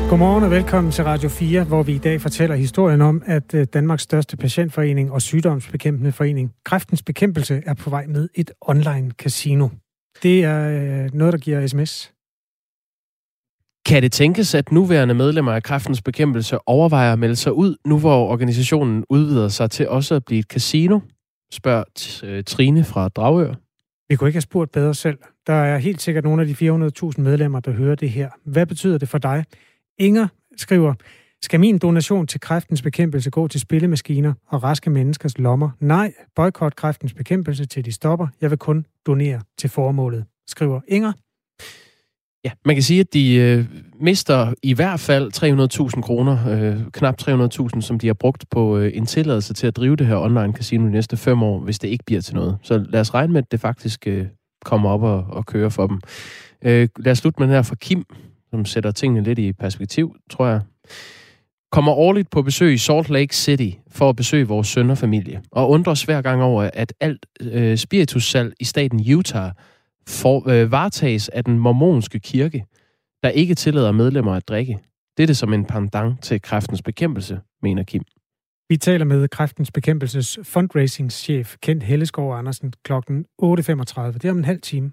Godmorgen og velkommen til Radio 4, hvor vi i dag fortæller historien om, at Danmarks største patientforening og sygdomsbekæmpende forening, Kræftens Bekæmpelse, er på vej med et online casino. Det er noget, der giver sms. Kan det tænkes, at nuværende medlemmer af Kræftens Bekæmpelse overvejer at melde sig ud, nu hvor organisationen udvider sig til også at blive et casino? Spørger Trine fra Dragør. Vi kunne ikke have spurgt bedre selv. Der er helt sikkert nogle af de 400.000 medlemmer, der hører det her. Hvad betyder det for dig? Inger skriver, skal min donation til Kræftens Bekæmpelse gå til spillemaskiner og raske menneskers lommer? Nej, boykot Kræftens Bekæmpelse til de stopper. Jeg vil kun donere til formålet, skriver Inger. Ja, man kan sige, at de mister i hvert fald 300.000 kroner, knap 300.000, som de har brugt på en tilladelse til at drive det her online casino de næste 5 år, hvis det ikke bliver til noget. Så lad os regne med, at det faktisk kommer op og kører for dem. Lad os slutte med den her fra Kim, som sætter tingene lidt i perspektiv, tror jeg. Kommer årligt på besøg i Salt Lake City for at besøge vores sønnerfamilie, og undres hver gang over, at alt spiritussalg i staten Utah varetages af den mormonske kirke, der ikke tillader medlemmer at drikke. Det er det som en pendant til Kræftens Bekæmpelse, mener Kim. Vi taler med Kræftens Bekæmpelses fundraisingschef Kent Helleskov Andersen klokken 8.35. Det er om en halv time.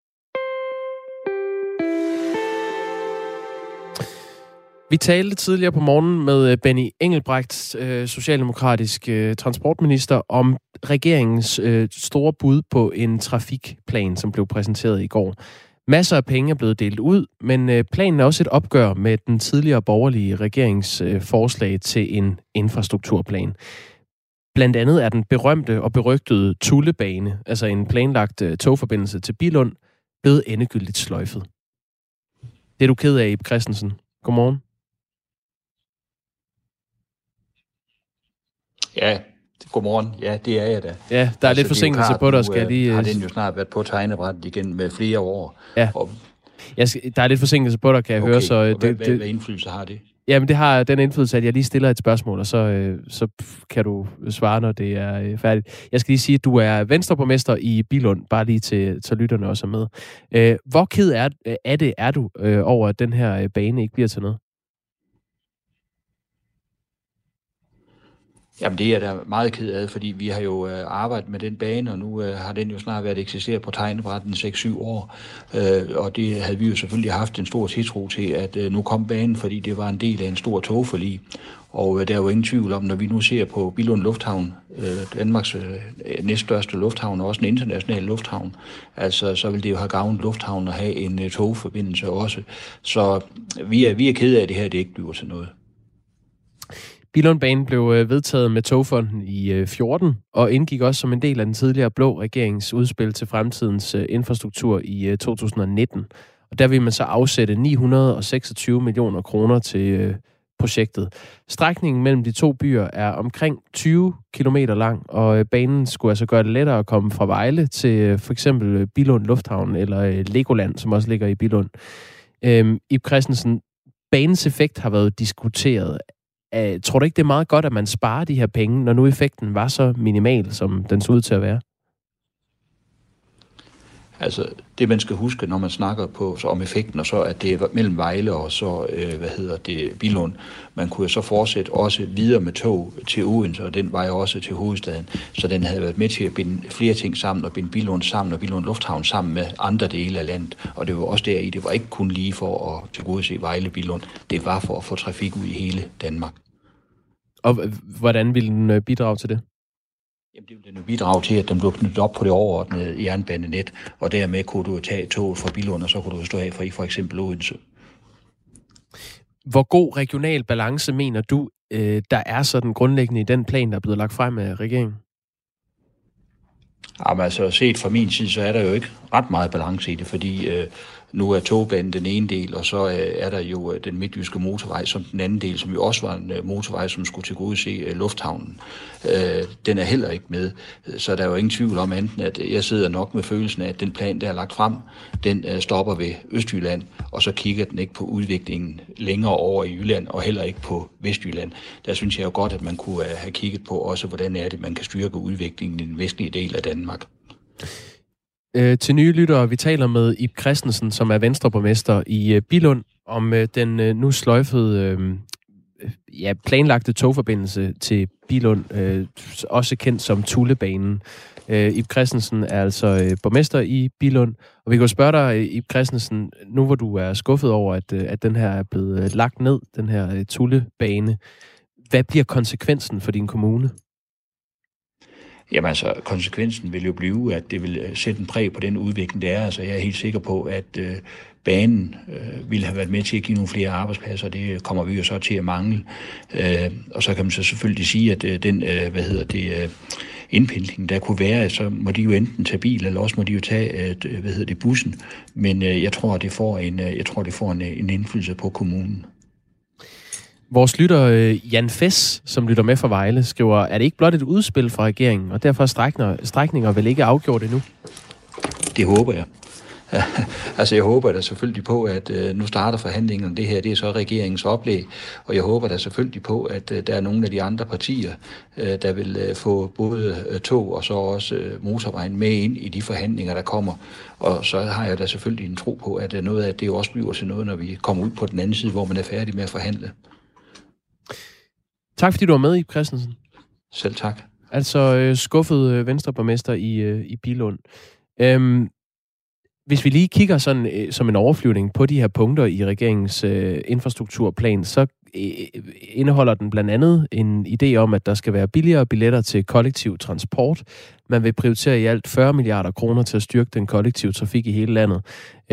Vi talte tidligere på morgenen med Benny Engelbrecht, socialdemokratisk transportminister, om regeringens store bud på en trafikplan, som blev præsenteret i går. Masser af penge er blevet delt ud, men planen er også et opgør med den tidligere borgerlige regerings forslag til en infrastrukturplan. Blandt andet er den berømte og berygtede Tullebane, altså en planlagt togforbindelse til Billund, blevet endegyldigt sløjfet. Det er du ked af, Ib Christensen. Godmorgen. Ja, godmorgen. Ja, det er jeg da. Ja, der er lidt forsinkelse på dig, skal jeg lige... har den jo snart været på tegnebrættet igen med flere år. Ja, der er lidt forsinkelse på dig, kan jeg høre. Så hvad indflydelse har det? Jamen, det har den indflydelse, at jeg lige stiller et spørgsmål, og så kan du svare, når det er færdigt. Jeg skal lige sige, at du er venstreborgmester i Billund, bare lige til lytterne også er med. Hvor ked af det er du over, at den her bane ikke bliver til noget? Jamen, det er jeg da meget ked af, fordi vi har jo arbejdet med den bane, og nu har den jo snart været eksisteret på tegnebrætten 6-7 år. Og det havde vi jo selvfølgelig haft en stor tiltro til, at nu kom banen, fordi det var en del af en stor togforlig. Og der er jo ingen tvivl om, når vi nu ser på Billund Lufthavn, Danmarks næststørste lufthavn, og også en international lufthavn, altså så vil det jo have gavnet lufthavnen at have en togforbindelse også. Så vi er ked af, at det her det ikke bliver til noget. Billundbanen blev vedtaget med Togfonden i 14 og indgik også som en del af den tidligere blå regerings udspil til fremtidens infrastruktur i 2019. Og der vil man så afsætte 926 millioner kroner til projektet. Strækningen mellem de to byer er omkring 20 kilometer lang, og banen skulle altså gøre det lettere at komme fra Vejle til for eksempel Billund Lufthavn eller Legoland, som også ligger i Billund. Ib Christensen, banens effekt har været diskuteret. Tror du ikke, det er meget godt, at man sparer de her penge, når nu effekten var så minimal, som den så ud til at være? Altså, det man skal huske, når man snakker om effekten, og så at det er mellem Vejle og så, Billund. Man kunne så fortsætte også videre med tog til Odense, og den vej også til hovedstaden. Så den havde været med til at binde flere ting sammen, og binde Billund sammen, og Billund Lufthavn sammen med andre dele af landet. Og det var også deri, det var ikke kun lige for at tilgodese Vejle-Billund. Det var for at få trafik ud i hele Danmark. Og hvordan ville den bidrage til det? Jamen, det ville den bidrage til, at den blev knyttet op på det overordnede jernbanenet, og dermed kunne du tage toget fra Billund, og så kunne du stå af for eksempel Odense. Hvor god regional balance mener du, der er sådan grundlæggende i den plan, der er blevet lagt frem af regeringen? Jamen altså, set fra min side, så er der jo ikke ret meget balance i det, fordi nu er togbanen den ene del, og så er der jo den midtjyske motorvej som den anden del, som jo også var en motorvej, som skulle tilgodese lufthavnen. Den er heller ikke med, så der er jo ingen tvivl om enten, at jeg sidder nok med følelsen af, at den plan, der er lagt frem, den stopper ved Østjylland, og så kigger den ikke på udviklingen længere over i Jylland, og heller ikke på Vestjylland. Der synes jeg jo godt, at man kunne have kigget på også, hvordan er det, man kan styrke udviklingen i den vestlige del af Danmark. Til nye lyttere, vi taler med Ib Christensen, som er Venstreborgmester i Billund, om den nu sløjfede planlagte togforbindelse til Billund, også kendt som Tullebanen. Ib Christensen er altså borgmester i Billund, og vi kan jo spørge dig, Ib Christensen, nu hvor du er skuffet over, at den her er blevet lagt ned, den her Tullebane, hvad bliver konsekvensen for din kommune? Jamen altså, konsekvensen vil jo blive, at det vil sætte en præg på den udvikling, det er. Altså, jeg er helt sikker på, at banen ville have været med til at give nogle flere arbejdspladser, og det kommer vi jo så til at mangle. Og så kan man så selvfølgelig sige, at den, indpendling, der kunne være, så må de jo enten tage bil, eller også må de jo tage, bussen. Men jeg tror, det får en indflydelse på kommunen. Vores lytter Jan Fess, som lytter med fra Vejle, skriver, er det ikke blot et udspil fra regeringen, og derfor strækninger vel ikke afgjort endnu? Det håber jeg. Altså jeg håber da selvfølgelig på, at nu starter forhandlingerne. Det her, det er så regeringens oplæg, og jeg håber da selvfølgelig på, at der er nogle af de andre partier, der vil få både tog og så også motorvejen med ind i de forhandlinger, der kommer. Og så har jeg da selvfølgelig en tro på, at noget af det også bliver til noget, når vi kommer ud på den anden side, hvor man er færdig med at forhandle. Tak fordi du var med, Ib Christensen. Selv tak. Altså skuffet Venstreborgmester i Billund. Hvis vi lige kigger sådan som en overflyvning på de her punkter i regeringens infrastrukturplan, så indeholder den blandt andet en idé om, at der skal være billigere billetter til kollektiv transport. Man vil prioritere i alt 40 milliarder kroner til at styrke den kollektive trafik i hele landet.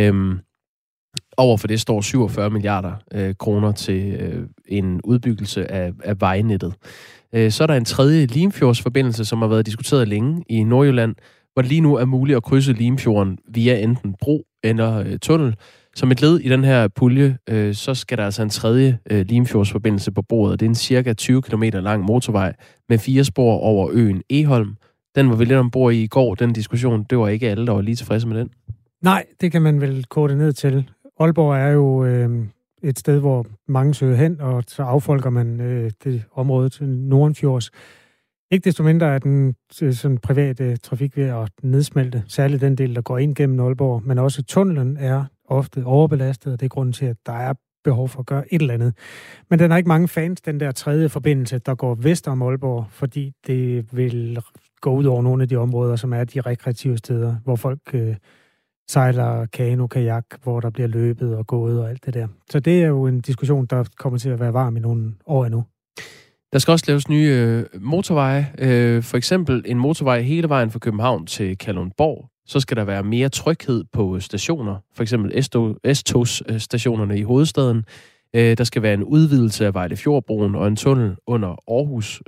Overfor det står 47 milliarder kroner til en udbyggelse af vejnettet. Så er der en tredje Limfjordsforbindelse, som har været diskuteret længe i Nordjylland, hvor det lige nu er muligt at krydse Limfjorden via enten bro eller tunnel. Som et led i den her pulje, så skal der altså en tredje Limfjordsforbindelse på bordet. Det er en cirka 20 km lang motorvej med 4 spor over øen Egholm. Den var vi lidt ombord i går, den diskussion. Det var ikke alle, der var lige tilfredse med den. Nej, det kan man vel kode ned til. Aalborg er jo et sted, hvor mange søger hen, og så affolker man det område til Nordenfjords. Ikke desto mindre er den sådan private trafik ved at nedsmelte, særligt den del, der går ind gennem Aalborg, men også tunnelen er ofte overbelastet, og det er grunden til, at der er behov for at gøre et eller andet. Men den har ikke mange fans, den der tredje forbindelse, der går vest om Aalborg, fordi det vil gå ud over nogle af de områder, som er de rekreative steder, hvor folk sejler, kano, kajak, hvor der bliver løbet og gået og alt det der. Så det er jo en diskussion, der kommer til at være varm i nogle år endnu. Der skal også laves nye motorveje. For eksempel en motorvej hele vejen fra København til Kalundborg. Så skal der være mere tryghed på stationer. For eksempel S-togsstationerne i hovedstaden. Der skal være en udvidelse af Vejlefjordbroen og en tunnel under Aarhus.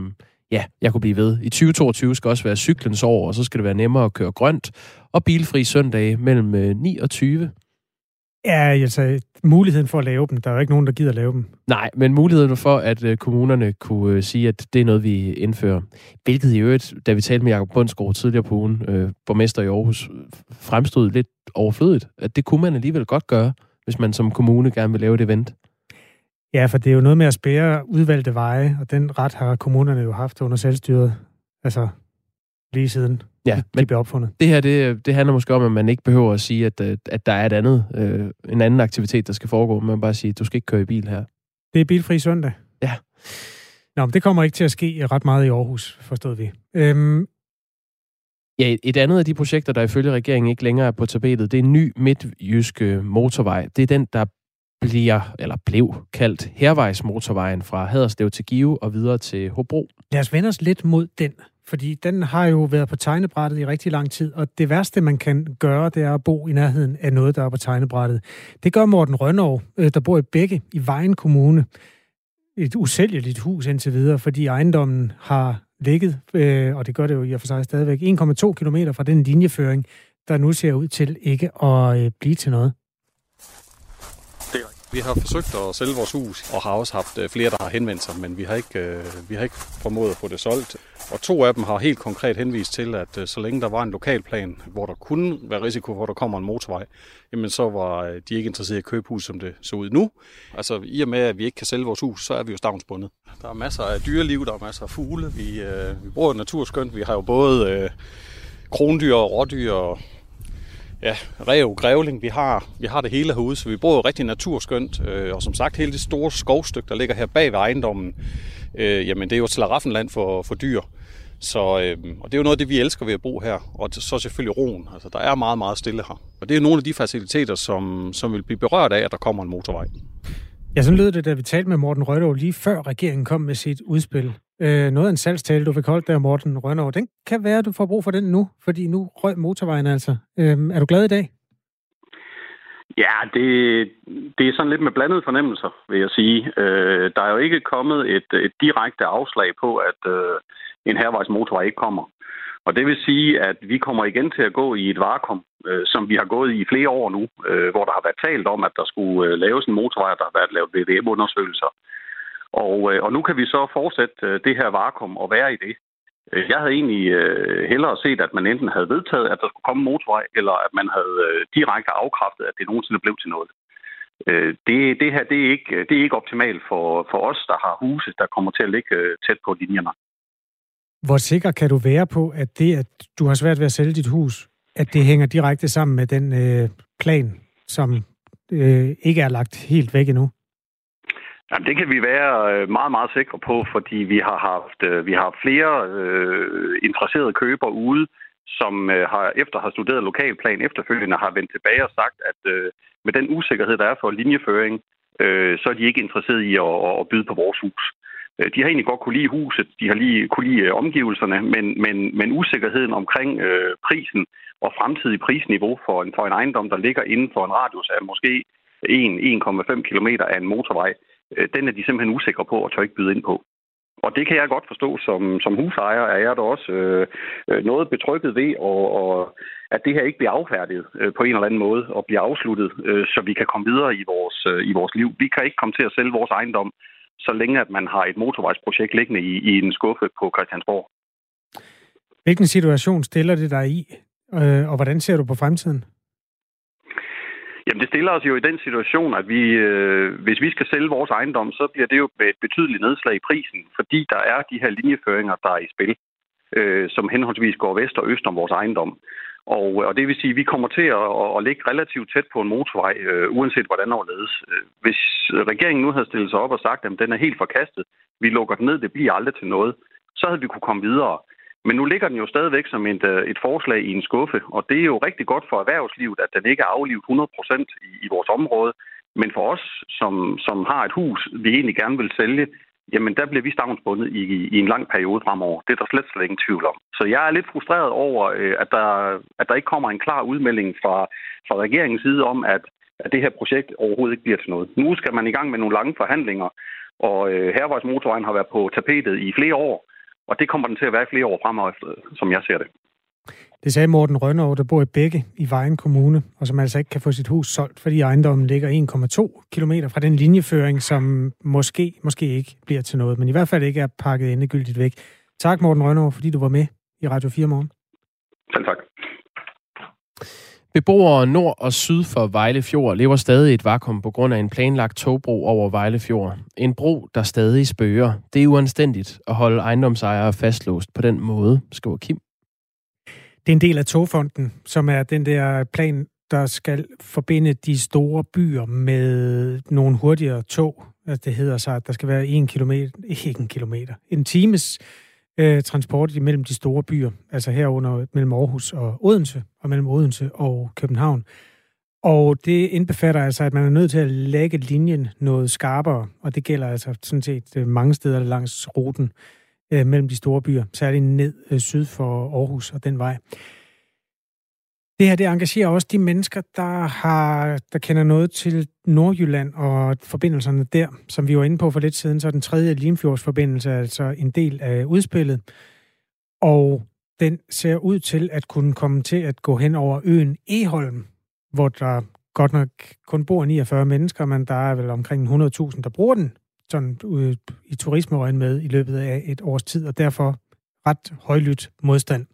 Jeg kunne blive ved. I 2022 skal også være cyklens år, og så skal det være nemmere at køre grønt. Og bilfri søndage mellem 9 og 20. Ja, altså muligheden for at lave dem. Der er jo ikke nogen, der gider lave dem. Nej, men muligheden for, at kommunerne kunne sige, at det er noget, vi indfører. Hvilket i øvrigt, da vi talte med Jakob Bundsgaard tidligere på ugen, borgmester i Aarhus, fremstod lidt overflødigt. At det kunne man alligevel godt gøre, hvis man som kommune gerne vil lave et event. Ja, for det er jo noget med at spærre udvalgte veje, og den ret har kommunerne jo haft under selvstyret. Altså lige siden de blev opfundet. Det her, det handler måske om, at man ikke behøver at sige, at der er en anden aktivitet, der skal foregå. Man bare sige, du skal ikke køre i bil her. Det er bilfri søndag? Ja. Nå, men det kommer ikke til at ske ret meget i Aarhus, forstod vi. Ja, et andet af de projekter, der ifølge regeringen ikke længere er på tapetet, det er en ny midtjyske motorvej. Det er den, der blev kaldt Hærvejsmotorvejen fra Haderslev til Give og videre til Hobro. Lad os vende os lidt mod den, fordi den har jo været på tegnebrættet i rigtig lang tid, og det værste, man kan gøre, det er at bo i nærheden af noget, der er på tegnebrættet. Det gør Morten Rønnow, der bor i Bække i Vejen Kommune. Et usælgeligt hus indtil videre, fordi ejendommen har ligget, og det gør det jo i og for sig stadigvæk, 1,2 kilometer fra den linjeføring, der nu ser ud til ikke at blive til noget. Vi har forsøgt at sælge vores hus, og har også haft flere, der har henvendt sig, men vi har ikke formået at få det solgt. Og 2 af dem har helt konkret henvist til, at så længe der var en lokalplan, hvor der kunne være risiko for, at der kommer en motorvej, jamen så var de ikke interesserede i at købe hus, som det så ud nu. Altså i og med, at vi ikke kan sælge vores hus, så er vi jo stavnsbundet. Der er masser af dyreliv, der er masser af fugle. Vi bruger naturskønt. Vi har jo både krondyr og rådyr og Ja, ræv, grævling, vi har det hele herude, så vi bor jo rigtig naturskønt, og som sagt, hele det store skovstykke, der ligger her bag ved ejendommen, jamen det er jo et slaraffenland for dyr. Så, og det er jo noget af det, vi elsker ved at bo her, og så selvfølgelig roen. Altså, der er meget, meget stille her. Og det er nogle af de faciliteter, som vil blive berørt af, at der kommer en motorvej. Ja, sådan lød det, da vi talte med Morten Rønnow lige før regeringen kom med sit udspil. Noget af en salgstale, du fik holdt der, Morten Rønnow. Den kan være, at du får brug for den nu, fordi nu røg motorvejen altså. Er du glad i dag? Ja, det er sådan lidt med blandede fornemmelser, vil jeg sige. Der er jo ikke kommet et direkte afslag på, at en hærvejs motorvej ikke kommer. Og det vil sige, at vi kommer igen til at gå i et vakuum, som vi har gået i flere år nu, hvor der har været talt om, at der skulle laves en motorvej, der har været lavet VVM-undersøgelser. Og nu kan vi så fortsætte det her vakuum og være i det. Jeg havde egentlig hellere set, at man enten havde vedtaget, at der skulle komme en motorvej, eller at man havde direkte afkræftet, at det nogensinde blev til noget. Det her, det er ikke optimalt for os, der har huse, der kommer til at ligge tæt på linjerne. Hvor sikker kan du være på, at det, at du har svært ved at sælge dit hus, at det hænger direkte sammen med den plan, som ikke er lagt helt væk endnu? Jamen, det kan vi være meget, meget sikre på, fordi vi har haft flere interesserede købere ude, som efter har studeret lokalplan efterfølgende har vendt tilbage og sagt, at med den usikkerhed, der er for linjeføring, så er de ikke interesseret i at byde på vores hus. De har egentlig godt kunne lide huset, de har kunne lide omgivelserne, men usikkerheden omkring prisen og fremtidig prisniveau for en ejendom, der ligger inden for en radius af måske 1,5 kilometer af en motorvej, den er de simpelthen usikre på og tør ikke byde ind på. Og det kan jeg godt forstå som husejer, er jeg da også noget betrykket ved, og at det her ikke bliver affærdiget på en eller anden måde og bliver afsluttet, så vi kan komme videre i vores liv. Vi kan ikke komme til at sælge vores ejendom, så længe at man har et motorvejsprojekt liggende i en skuffe på Christiansborg. Hvilken situation stiller det dig i, og hvordan ser du på fremtiden? Jamen, det stiller os jo i den situation, at hvis vi skal sælge vores ejendom, så bliver det jo med et betydeligt nedslag i prisen, fordi der er de her linjeføringer, der er i spil, som henholdsvis går vest og øst om vores ejendom. Og det vil sige, at vi kommer til at ligge relativt tæt på en motorvej, uanset hvordan overledes. Hvis regeringen nu havde stillet sig op og sagt, at den er helt forkastet, vi lukker den ned, det bliver aldrig til noget, så havde vi kunne komme videre. Men nu ligger den jo stadigvæk som et forslag i en skuffe, og det er jo rigtig godt for erhvervslivet, at den ikke er aflivet 100% i vores område. Men for os, som har et hus, vi egentlig gerne vil sælge, jamen der bliver vi stavnsbundet i en lang periode fremover. Det er der slet ingen tvivl om. Så jeg er lidt frustreret over, at der ikke kommer en klar udmelding fra regeringens side om, at det her projekt overhovedet ikke bliver til noget. Nu skal man i gang med nogle lange forhandlinger, og Hærvejsmotorvejen har været på tapetet i flere år, og det kommer den til at være i flere år fremover, som jeg ser det. Det sagde Morten Rønnow, der bor i Bække i Vejen Kommune, og som altså ikke kan få sit hus solgt, fordi ejendommen ligger 1,2 kilometer fra den linjeføring, som måske ikke bliver til noget, men i hvert fald ikke er pakket endegyldigt væk. Tak, Morten Rønnow, fordi du var med i Radio 4 Morgen. Selv tak. Beboere nord og syd for Vejle Fjord lever stadig i et vakuum på grund af en planlagt togbro over Vejle Fjord. En bro, der stadig spøger. Det er uanstændigt at holde ejendomsejere fastlåst på den måde, skriver Kim. Det er en del af Togfonden, som er den der plan, der skal forbinde de store byer med nogle hurtigere tog. Altså det hedder sig, at der skal være en times transport imellem de store byer, altså herunder mellem Aarhus og Odense, og mellem Odense og København. Og det indbefatter altså, at man er nødt til at lægge linjen noget skarpere, og det gælder altså sådan set mange steder langs ruten mellem de store byer, særligt ned syd for Aarhus og den vej. Det her, det engagerer også de mennesker, der kender noget til Nordjylland og forbindelserne der, som vi var inde på for lidt siden, så den tredje Limfjordsforbindelse er altså en del af udspillet, og den ser ud til at kunne komme til at gå hen over øen Egholm, hvor der godt nok kun bor 49 mennesker, men der er vel omkring 100.000, der bruger den sådan i turismeøjen med i løbet af et års tid, og derfor ret højlydt modstand.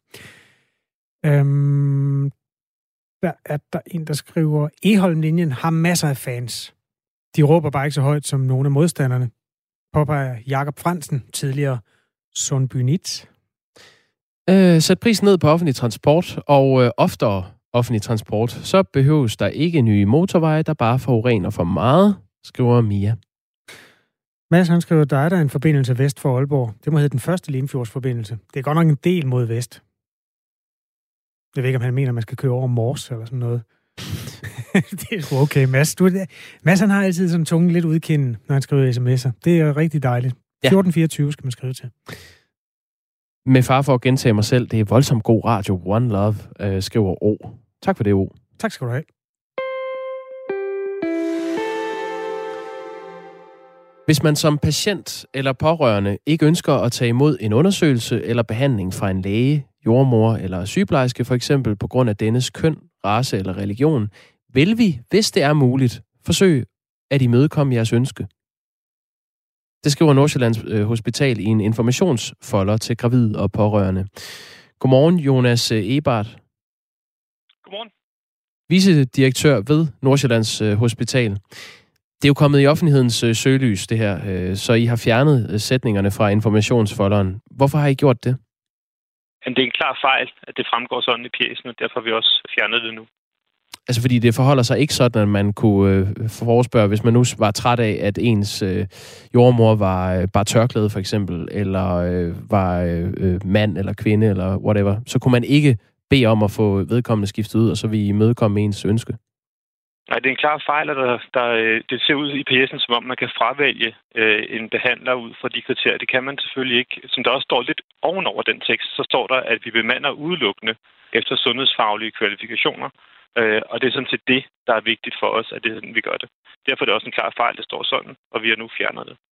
Der er der en, der skriver, Egholm-linjen har masser af fans. De råber bare ikke så højt som nogle af modstanderne, påpeger Jakob Fransen, tidligere Sundby Nit. Sæt prisen ned på offentlig transport, og oftere offentlig transport, så behøves der ikke nye motorveje, der bare forurener for meget, skriver Mia. Mads, han skriver, der er der en forbindelse vest for Aalborg. Det må hedde den første Limfjordsforbindelse. Det er godt nok en del mod vest. Jeg ved ikke, om han mener, at man skal køre over Mors eller sådan noget. Det er sgu okay, Mads. Mads, han har altid sådan tungen lidt udkinden, når han skriver sms'er. Det er rigtig dejligt. 1424 skal man skrive til. Med far for at gentage mig selv, det er voldsomt god radio. One Love, skriver O. Tak for det, O. Tak skal du have. Hvis man som patient eller pårørende ikke ønsker at tage imod en undersøgelse eller behandling fra en læge, jordmor eller sygeplejerske for eksempel på grund af dennes køn, race eller religion, vil vi, hvis det er muligt, forsøge at imødekomme jeres ønske. Det skriver Nordsjællands Hospital i en informationsfolder til gravide og pårørende. Godmorgen, Jonas Ebert. Godmorgen. Vicedirektør ved Nordsjællands Hospital. Det er jo kommet i offentlighedens søgelys, det her, så I har fjernet sætningerne fra informationsfolderen. Hvorfor har I gjort det? Det er en klar fejl, at det fremgår sådan i pjecen, og derfor har vi også fjernet det nu. Altså fordi det forholder sig ikke sådan, at man kunne forespørge, hvis man nu var træt af, at ens jordmor var bare tørklæde for eksempel, eller var mand eller kvinde eller whatever, så kunne man ikke bede om at få vedkommende skiftet ud, og så vil I imødekomme ens ønske. Nej, det er en klar fejl, at det ser ud i pjecen, som om man kan fravælge en behandler ud fra de kriterier. Det kan man selvfølgelig ikke. Som der også står lidt ovenover den tekst, så står der, at vi bemander udelukkende efter sundhedsfaglige kvalifikationer. Og det er sådan set det, der er vigtigt for os, at det er sådan, vi gør det. Derfor er det også en klar fejl, der står sådan, og vi har nu fjernet det.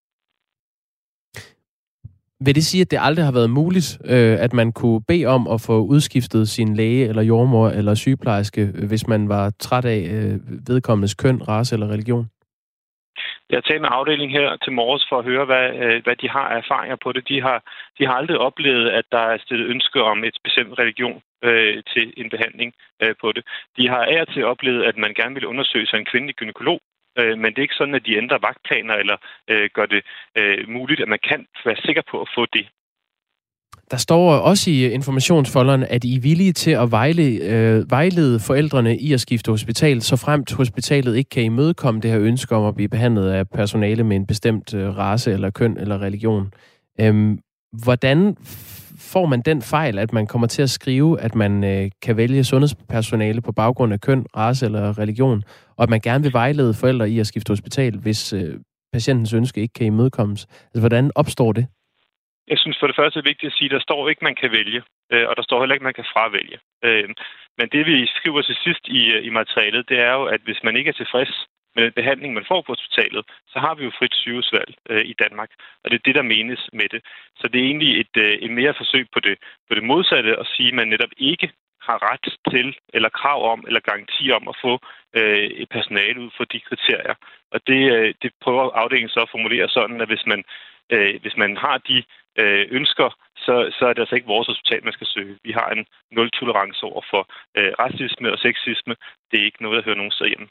Vil det sige, at det aldrig har været muligt, at man kunne bede om at få udskiftet sin læge eller jordmor eller sygeplejerske, hvis man var træt af vedkommendes køn, race eller religion? Jeg har talt med afdelingen her til morges for at høre, hvad de har af erfaringer på det. De har aldrig oplevet, at der er stillet ønske om et bestemt religion til en behandling på det. De har af og til oplevet, at man gerne vil undersøge sig en kvindelig gynekolog, men det er ikke sådan, at de ændrer vagtplaner eller gør det muligt, at man kan være sikker på at få det. Der står også i informationsfolderen, at I er villige til at vejlede forældrene i at skifte hospital, så fremt hospitalet ikke kan imødekomme det her ønske om at blive behandlet af personale med en bestemt race eller køn eller religion. Hvordan får man den fejl, at man kommer til at skrive, at man kan vælge sundhedspersonale på baggrund af køn, race eller religion, og at man gerne vil vejlede forældre i at skifte hospital, hvis patientens ønske ikke kan imødekommes? Altså, hvordan opstår det? Jeg synes for det første er vigtigt at sige, at der står ikke, man kan vælge, og der står heller ikke, man kan fravælge. Men det, vi skriver til sidst i materialet, det er jo, at hvis man ikke er tilfreds med den behandling, man får på hospitalet, så har vi jo frit sygehusvalg i Danmark, og det er det, der menes med det. Så det er egentlig et mere forsøg på det modsatte at sige, at man netop ikke har ret til, eller krav om, eller garanti om at få et personale ud fra de kriterier. Og det prøver afdelingen så at formulere sådan, at hvis man har de ønsker, så er det altså ikke vores hospital, man skal søge. Vi har en nul-tolerance over for racisme og sexisme. Det er ikke noget, der hører nogen steder hjemme.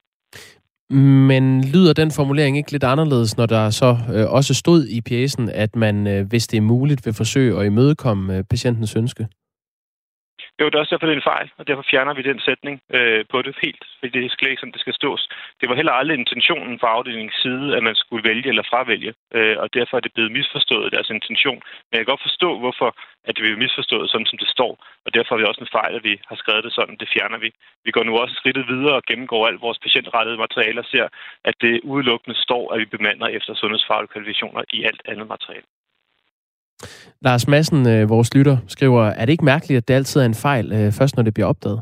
Men lyder den formulering ikke lidt anderledes, når der så også stod i pjecen, at man, hvis det er muligt, vil forsøge at imødekomme patientens ønske? Jo, det er også derfor, det er en fejl, og derfor fjerner vi den sætning på det helt, fordi det er slet ikke, som det skal stås. Det var heller aldrig intentionen fra afdelingens side, at man skulle vælge eller fravælge, og derfor er det blevet misforstået, deres intention. Men jeg kan godt forstå, hvorfor at det bliver misforstået, sådan som det står, og derfor er det også en fejl, at vi har skrevet det sådan, det fjerner vi. Vi går nu også skridtet videre og gennemgår alt vores patientrettede materiale og ser, at det udelukkende står, at vi bemander efter sundhedsfaglige kvalifikationer i alt andet materiale. Lars Madsen, vores lytter, skriver, er det ikke mærkeligt, at det altid er en fejl, først når det bliver opdaget?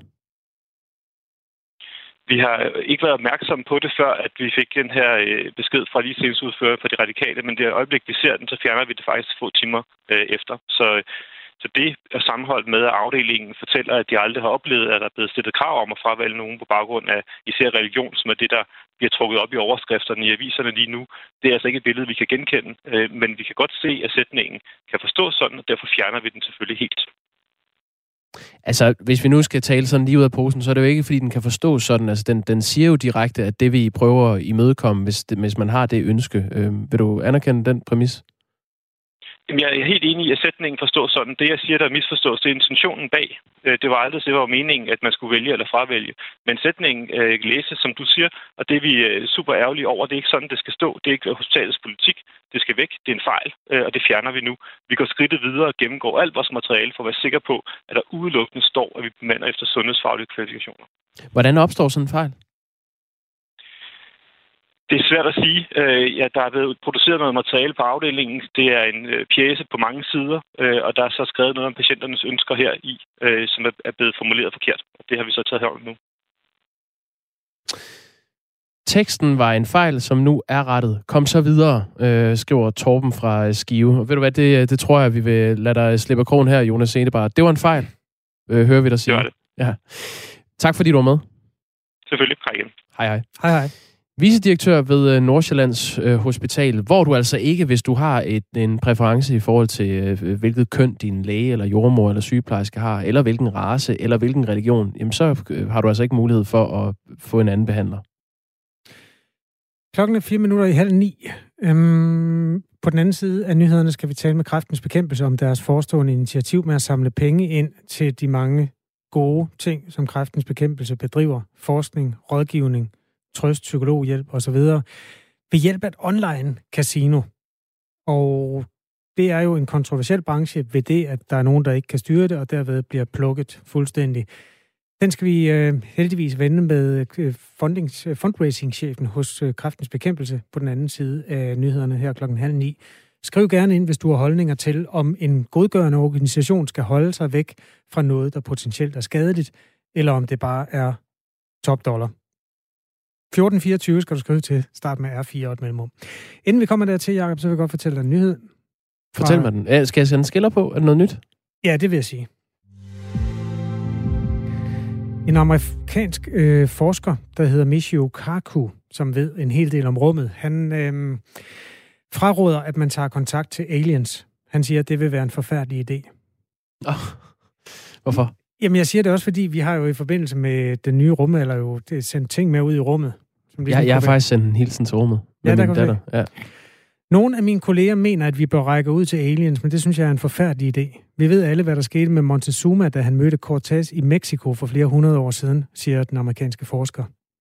Vi har ikke været opmærksomme på det, før at vi fik den her besked fra ligestillingsudfører for de radikale, men det øjeblik, vi ser den, så fjerner vi det faktisk få timer efter. Så det er sammenholdt med, at afdelingen fortæller, at de aldrig har oplevet, at der er blevet stillet krav om at fravælge nogen på baggrund af især religion, som er det, der bliver trukket op i overskrifterne i aviserne lige nu. Det er altså ikke et billede, vi kan genkende, men vi kan godt se, at sætningen kan forstås sådan, og derfor fjerner vi den selvfølgelig helt. Altså, hvis vi nu skal tale sådan lige ud af posen, så er det jo ikke, fordi den kan forstås sådan. Altså, den siger jo direkte, at det vi prøver at imødekomme, hvis man har det ønske. Vil du anerkende den præmis? Jeg er helt enig i, at sætningen forstås sådan. Det, jeg siger, der misforstås, det er intentionen bag. Det var aldrig, det var meningen, at man skulle vælge eller fravælge. Men sætningen læses, som du siger, og det er vi super ærgerlige over. Det er ikke sådan, det skal stå. Det er ikke hospitalets politik. Det skal væk. Det er en fejl, og det fjerner vi nu. Vi går skridtet videre og gennemgår alt vores materiale for at være sikre på, at der udelukkende står, at vi bemander efter sundhedsfaglige kvalifikationer. Hvordan opstår sådan en fejl? Det er svært at sige. Der er blevet produceret noget materiale på afdelingen. Det er en pjece på mange sider, og der er så skrevet noget om patienternes ønsker her i, som er blevet formuleret forkert. Og det har vi så taget her nu. Teksten var en fejl, som nu er rettet. Kom så videre, skriver Torben fra Skive. Og ved du hvad, det tror jeg, vi vil lade dig slippe af krogen her, Jonas Enebar. Det var en fejl, hører vi dig sige. Det var det. Ja. Tak fordi du var med. Selvfølgelig. Hej igen. Hej hej. Hej hej. Vicedirektør ved Nordsjællands Hospital, hvor du altså ikke, hvis du har en præference i forhold til, hvilket køn din læge eller jordemor eller sygeplejerske har, eller hvilken race eller hvilken religion, jamen så har du altså ikke mulighed for at få en anden behandler. Klokken er 8:45. På den anden side af nyhederne skal vi tale med Kræftens Bekæmpelse om deres forestående initiativ med at samle penge ind til de mange gode ting, som Kræftens Bekæmpelse bedriver. Forskning, rådgivning, trøst, psykologhjælp osv. ved hjælp af et online casino. Og det er jo en kontroversiel branche ved det, at der er nogen, der ikke kan styre det, og derved bliver plukket fuldstændig. Den skal vi heldigvis vende med fundraising-chefen hos Kræftens Bekæmpelse på den anden side af nyhederne her 8:30. Skriv gerne ind, hvis du har holdninger til, om en godgørende organisation skal holde sig væk fra noget, der potentielt er skadeligt, eller om det bare er topdollar. 1424 skal du skrive til. Start med R4 og et mellemrum. Inden vi kommer dertil, Jacob, så vil jeg godt fortælle dig en nyhed. Fortæl mig den. Skal jeg sende skiller på? Er det noget nyt? Ja, det vil jeg sige. En amerikansk forsker, der hedder Michio Kaku, som ved en hel del om rummet, han fraråder, at man tager kontakt til aliens. Han siger, at det vil være en forfærdelig idé. Hvorfor? Jamen, jeg siger det også, fordi vi har jo i forbindelse med den nye rumalder jo sendt ting med ud i rummet. Som Jeg har faktisk sendt en hilsen til rummet med min datter. Ja. Nogle af mine kolleger mener, at vi bør række ud til aliens, men det synes jeg er en forfærdelig idé. Vi ved alle, hvad der skete med Montezuma, da han mødte Cortés i Mexico for flere hundrede år siden, siger den amerikanske forsker.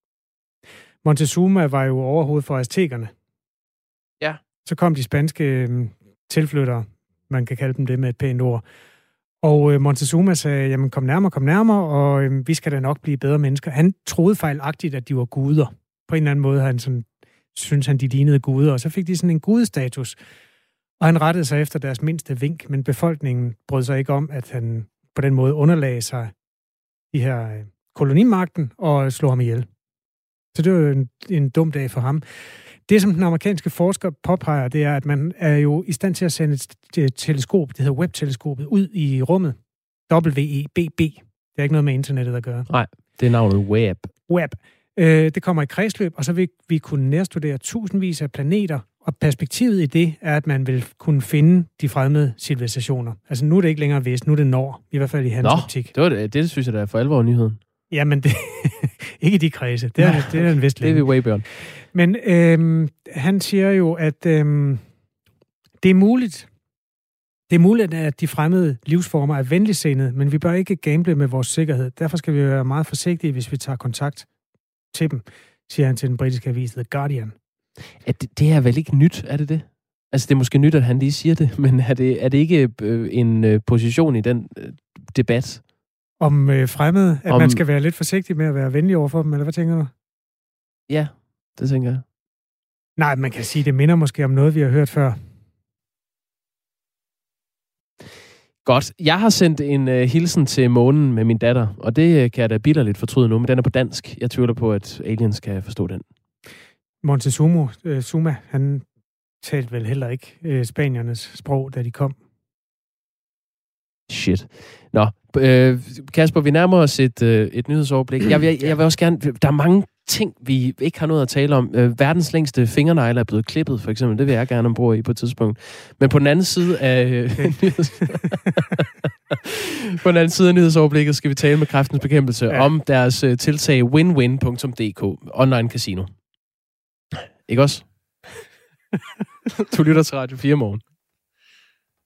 Montezuma var jo overhovedet for aztekerne. Ja. Så kom de spanske tilflyttere, man kan kalde dem det med et pænt ord. Og Montezuma sagde, jamen kom nærmere, og vi skal da nok blive bedre mennesker. Han troede fejlagtigt, at de var guder. På en eller anden måde han sådan, synes han, de lignede guder, og så fik de sådan en gudestatus. Og han rettede sig efter deres mindste vink, men befolkningen brød sig ikke om, at han på den måde underlagde sig de her kolonimagten og slog ham ihjel. Så det var jo en dum dag for ham. Det, som den amerikanske forsker påpeger, det er, at man er jo i stand til at sende et teleskop, det hedder Webb-teleskopet, ud i rummet. WEBB. Det er ikke noget med internettet at gøre. Nej, det er navnet Webb. Webb. Det kommer i kredsløb, og så vil vi kunne nærstudere tusindvis af planeter, og perspektivet i det er, at man vil kunne finde de fremmede civilisationer. Altså nu er det ikke længere vist, nu er det nord, i hvert fald i hans optik. Det synes jeg, der er for alvor nyheden. Jamen, det ikke i de kredse. Det er en vestlig. Det er vi way beyond. Men han siger jo, at det er muligt. Det er muligt, at de fremmede livsformer er venligsindede, men vi bør ikke gamble med vores sikkerhed. Derfor skal vi være meget forsigtige, hvis vi tager kontakt til dem, siger han til den britiske avis The Guardian. Det er vel ikke nyt, er det det? Altså, det er måske nyt, at han lige siger det, men er det ikke en position i den debat? Om fremmede, at man skal være lidt forsigtig med at være venlig overfor dem, eller hvad tænker du? Ja, det tænker jeg. Nej, man kan sige, det minder måske om noget, vi har hørt før. Godt. Jeg har sendt en hilsen til månen med min datter, og det kan jeg da bitterligt fortryde nu, men den er på dansk. Jeg tvivler på, at aliens kan forstå den. Montezuma, han talte vel heller ikke spaniernes sprog, da de kom. Shit. Nå, Kasper, vi nærmer os et nyhedsoverblik. Jeg vil også gerne... Der er mange ting, vi ikke har noget at tale om. Verdens længste fingernegle er blevet klippet, for eksempel. Det vil jeg gerne bruge i på et tidspunkt. Men på den anden side af... på den anden side af nyhedsoverblikket skal vi tale med Kræftens Bekæmpelse om deres tiltag winwin.dk, online casino. Ikke også? Du lytter til Radio 4 morgen.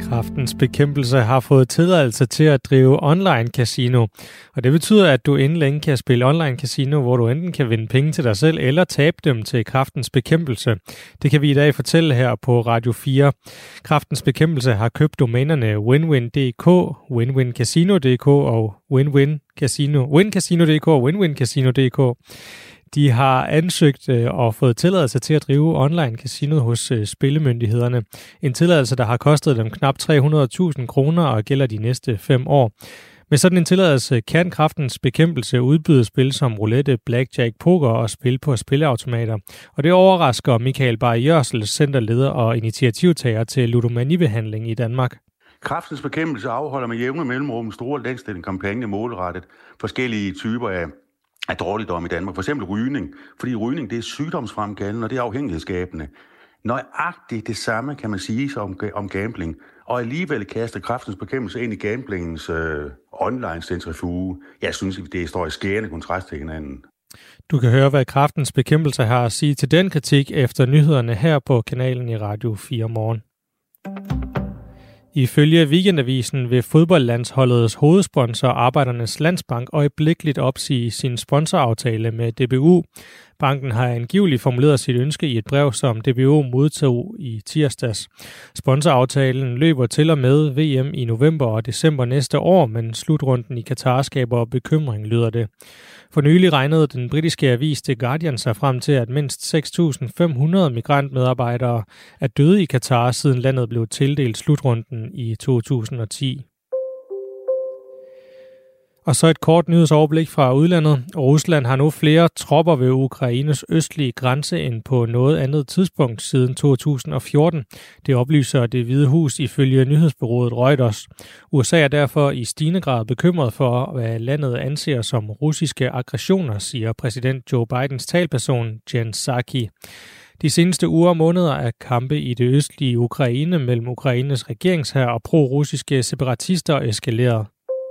Kræftens Bekæmpelse har fået tilladelse til at drive online casino. Og det betyder, at du inden længe kan spille online casino, hvor du enten kan vinde penge til dig selv eller tabe dem til Kræftens Bekæmpelse. Det kan vi i dag fortælle her på Radio 4. Kræftens Bekæmpelse har købt domænerne winwin.dk, winwincasino.dk og wincasino.dk og winwincasino.dk. De har ansøgt og fået tilladelse til at drive online casino hos spillemyndighederne. En tilladelse, der har kostet dem knap 300.000 kroner og gælder de næste 5 år. Med sådan en tilladelse kan Kræftens Bekæmpelse udbyde spil som roulette, blackjack, poker og spil på spilleautomater. Og det overrasker Michael Bay Jørsel, centerleder og initiativtager til ludomanibehandling i Danmark. Kræftens Bekæmpelse afholder med jævne mellemrum store landsdækkende kampagne målrettet forskellige typer af dårligdom i Danmark. For eksempel rygning, fordi rygning det er sygdomsfremkaldende, og det er afhængighedsskabende. Nøjagtigt det samme kan man sige om gambling, og alligevel kaster Kræftens Bekæmpelse ind i gamblingens online-centrifuge. Jeg synes, det står i skærende kontrast til hinanden. Du kan høre, hvad Kræftens Bekæmpelse har at sige til den kritik efter nyhederne her på kanalen i Radio 4 Morgen. Ifølge Weekendavisen vil fodboldlandsholdets hovedsponsor Arbejdernes Landsbank øjeblikkeligt opsige sin sponsoraftale med DBU. Banken har angiveligt formuleret sit ønske i et brev, som DBU modtog i tirsdags. Sponsoraftalen løber til og med VM i november og december næste år, men slutrunden i Katar skaber bekymring, lyder det. For nylig regnede den britiske avis The Guardian sig frem til, at mindst 6.500 migrantmedarbejdere er døde i Katar, siden landet blev tildelt slutrunden i 2010. Og så et kort nyhedsoverblik fra udlandet. Rusland har nu flere tropper ved Ukraines østlige grænse end på noget andet tidspunkt siden 2014. Det oplyser Det Hvide Hus ifølge nyhedsbureauet Reuters. USA er derfor i stigende grad bekymret for, hvad landet anser som russiske aggressioner, siger præsident Joe Bidens talperson Jen Psaki. De seneste uger og måneder er kampe i det østlige Ukraine mellem Ukraines regeringshær og pro-russiske separatister eskaleret.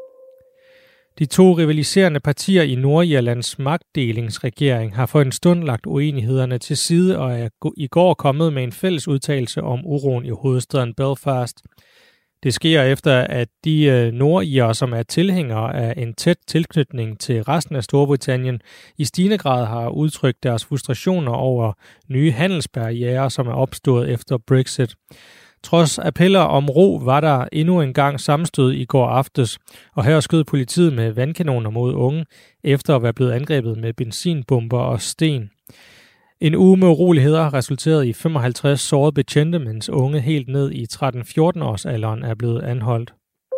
De 2 rivaliserende partier i Nordirlands magtdelingsregering har for en stund lagt uenighederne til side og er i går kommet med en fælles udtalelse om uroen i hovedstaden Belfast. Det sker efter, at de nordirere, som er tilhængere af en tæt tilknytning til resten af Storbritannien, i stigende grad har udtrykt deres frustrationer over nye handelsbarrierer, som er opstået efter Brexit. Trods appeller om ro var der endnu en gang sammenstød i går aftes, og her skød politiet med vandkanoner mod unge, efter at være blevet angrebet med benzinbomber og sten. En uge med uroligheder resulterede i 55 sårede betjente, mens unge helt ned i 13-14 års alderen er blevet anholdt.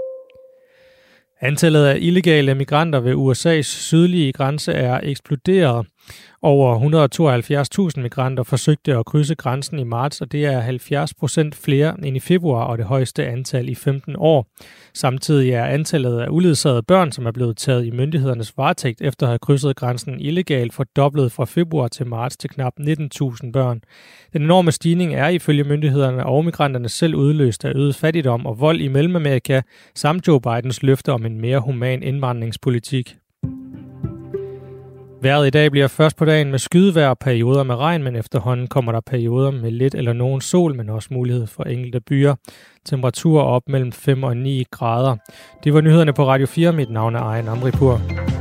Antallet af illegale migranter ved USA's sydlige grænse er eksploderet. Over 172.000 migranter forsøgte at krydse grænsen i marts, og det er 70% flere end i februar og det højeste antal i 15 år. Samtidig er antallet af uledsagede børn, som er blevet taget i myndighedernes varetægt efter at have krydset grænsen illegalt, fordoblet fra februar til marts til knap 19.000 børn. Den enorme stigning er ifølge myndighederne og migranterne selv udløst af øget fattigdom og vold i Mellemamerika, samt Joe Bidens løfte om en mere human indvandringspolitik. Vejret i dag bliver først på dagen med skydevejr og perioder med regn, men efterhånden kommer der perioder med lidt eller nogen sol, men også mulighed for enkelte byer. Temperaturer op mellem 5 og 9 grader. Det var nyhederne på Radio 4. Mit navn er Ejen Amripur.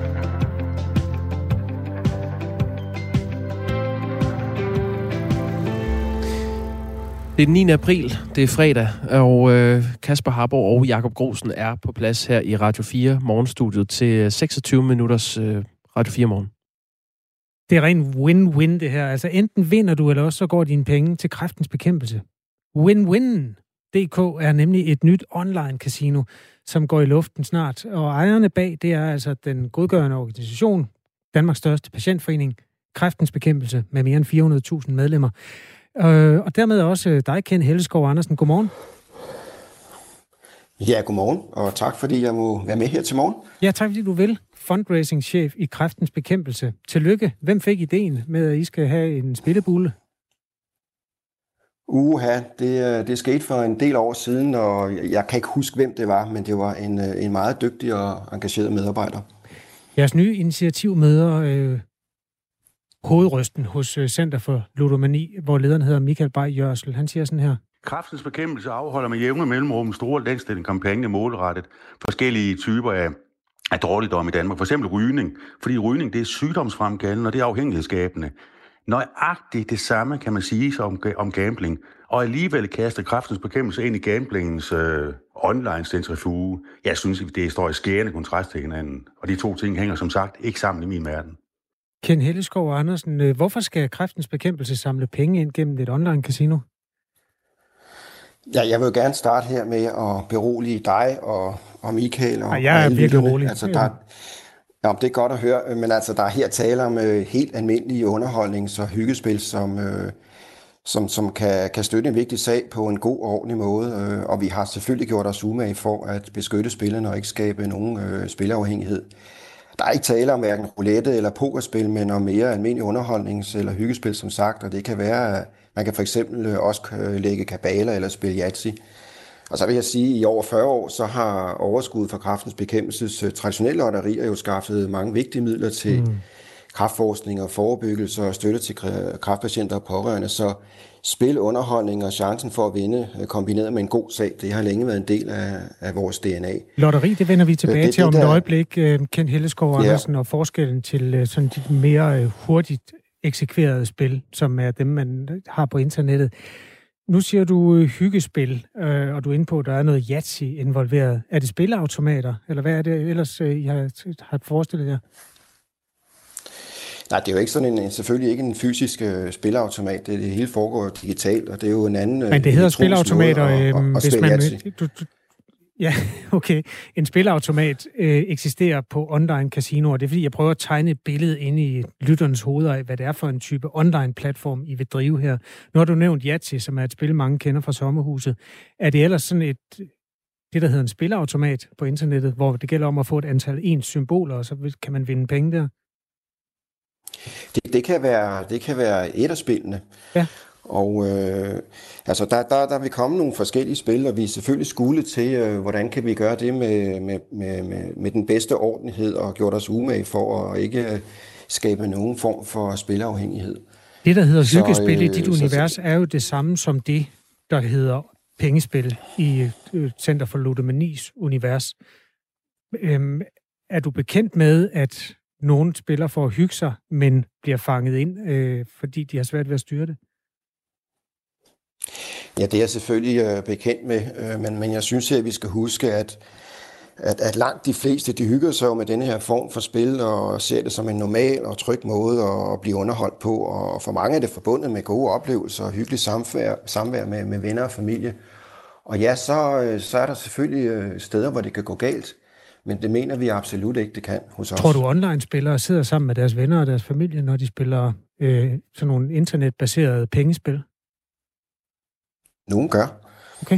Det er den 9. april, det er fredag, og Kasper Harborg og Jakob Grosen er på plads her i Radio 4 morgenstudiet til 26 minutters Radio 4 morgen. Det er ren win-win det her. Altså enten vinder du, eller også så går dine penge til Kræftens Bekæmpelse. Win-win.dk er nemlig et nyt online casino, som går i luften snart. Og ejerne bag, det er altså den godgørende organisation, Danmarks største patientforening, Kræftens Bekæmpelse, med mere end 400.000 medlemmer. Og dermed også dig, Ken Helleskov Andersen. Godmorgen. Ja, godmorgen, og tak fordi jeg må være med her til morgen. Ja, tak fordi du vil. Fundraising-chef i Kræftens Bekæmpelse. Tillykke. Hvem fik ideen med, at I skal have en spillebulle? Det skete for en del år siden, og jeg kan ikke huske, hvem det var, men det var en meget dygtig og engageret medarbejder. Jeres nye initiativ møder hovedrøsten hos Center for Ludomani, hvor lederen hedder Michael Bay Jørsel. Han siger sådan her: Kræftens Bekæmpelse afholder med jævne mellemrum store landsdækkende kampagne målrettet forskellige typer af dårligdom i Danmark. For eksempel rygning, fordi rygning det er sygdomsfremkaldende, og det er afhængighedsskabende. Nøjagtigt det samme kan man sige om gambling. Og alligevel kaster Kræftens Bekæmpelse ind i gamblingens online-centrifuge. Jeg synes, det står i skærende kontrast til hinanden. Og de to ting hænger som sagt ikke sammen i min verden. Ken Helleskov Andersen, hvorfor skal Kræftens Bekæmpelse samle penge ind gennem et online-casino? Ja, jeg vil jo gerne starte her med at berolige dig og Michael. Og jeg er virkelig rolig. Altså, det er godt at høre, men altså, der er her tale om helt almindelige underholdnings- og hyggespil, som kan støtte en vigtig sag på en god og ordentlig måde. Og vi har selvfølgelig gjort os umage for at beskytte spillerne og ikke skabe nogen spilafhængighed. Der er ikke tale om hverken roulette eller pokerspil, men om mere almindelige underholdnings- eller hyggespil, som sagt. Og det kan være, man kan for eksempel også lægge kabaler eller spille Yahtzee. Og så vil jeg sige, at i over 40 år, så har overskuddet fra Kræftens Bekæmpelses traditionelle lotterier jo skaffet mange vigtige midler til kræftforskning og forebyggelse og støtte til kræftpatienter og pårørende. Så spil, underholdning og chancen for at vinde kombineret med en god sag, det har længe været en del af vores DNA. Lotteri, det vender vi tilbage til om et øjeblik, Ken Helleskov Andersen, og forskellen til sådan de mere hurtigt eksekverede spil, som er dem, man har på internettet. Nu siger du hyggespil, og du er inde på, at der er noget Yahtzee involveret. Er det spilleautomater, eller hvad er det ellers, I har forestillet jer? Nej, det er jo ikke sådan selvfølgelig ikke en fysisk spilleautomat. Det hele foregår digitalt, og det er jo en anden... Men det hedder spilleautomater, hvis man... Ja, okay. En spilleautomat eksisterer på online casinoer. Det er fordi, jeg prøver at tegne et billede inde i lytternes hoveder af, hvad det er for en type online-platform, I vil drive her. Nu har du nævnt Yahtzee, som er et spil, mange kender fra sommerhuset. Er det ellers sådan det, der hedder en spilleautomat på internettet, hvor det gælder om at få et antal ens symboler, og så kan man vinde penge der? Det kan være et af spillene. Ja. Og altså der vil komme nogle forskellige spil, og vi er selvfølgelig skulle til, hvordan kan vi gøre det med den bedste ordentlighed, og gjort os umage for at ikke skabe nogen form for spilafhængighed. Det, der hedder hyggespil i dit univers, er jo det samme som det, der hedder pengespil i Center for Ludomanis univers. Er du bekendt med, at nogle spiller for at hygge sig, men bliver fanget ind, fordi de har svært ved at styre det? Ja, det er jeg selvfølgelig bekendt med, men jeg synes, at vi skal huske, at langt de fleste, de hygger sig jo med denne her form for spil, og ser det som en normal og tryg måde at blive underholdt på, og for mange er det forbundet med gode oplevelser og hyggeligt samvær med venner og familie. Og ja, så er der selvfølgelig steder, hvor det kan gå galt, men det mener vi absolut ikke, det kan hos os. Tror du, online-spillere sidder sammen med deres venner og deres familie, når de spiller sådan nogle internetbaserede pengespil? Nogen gør. Okay.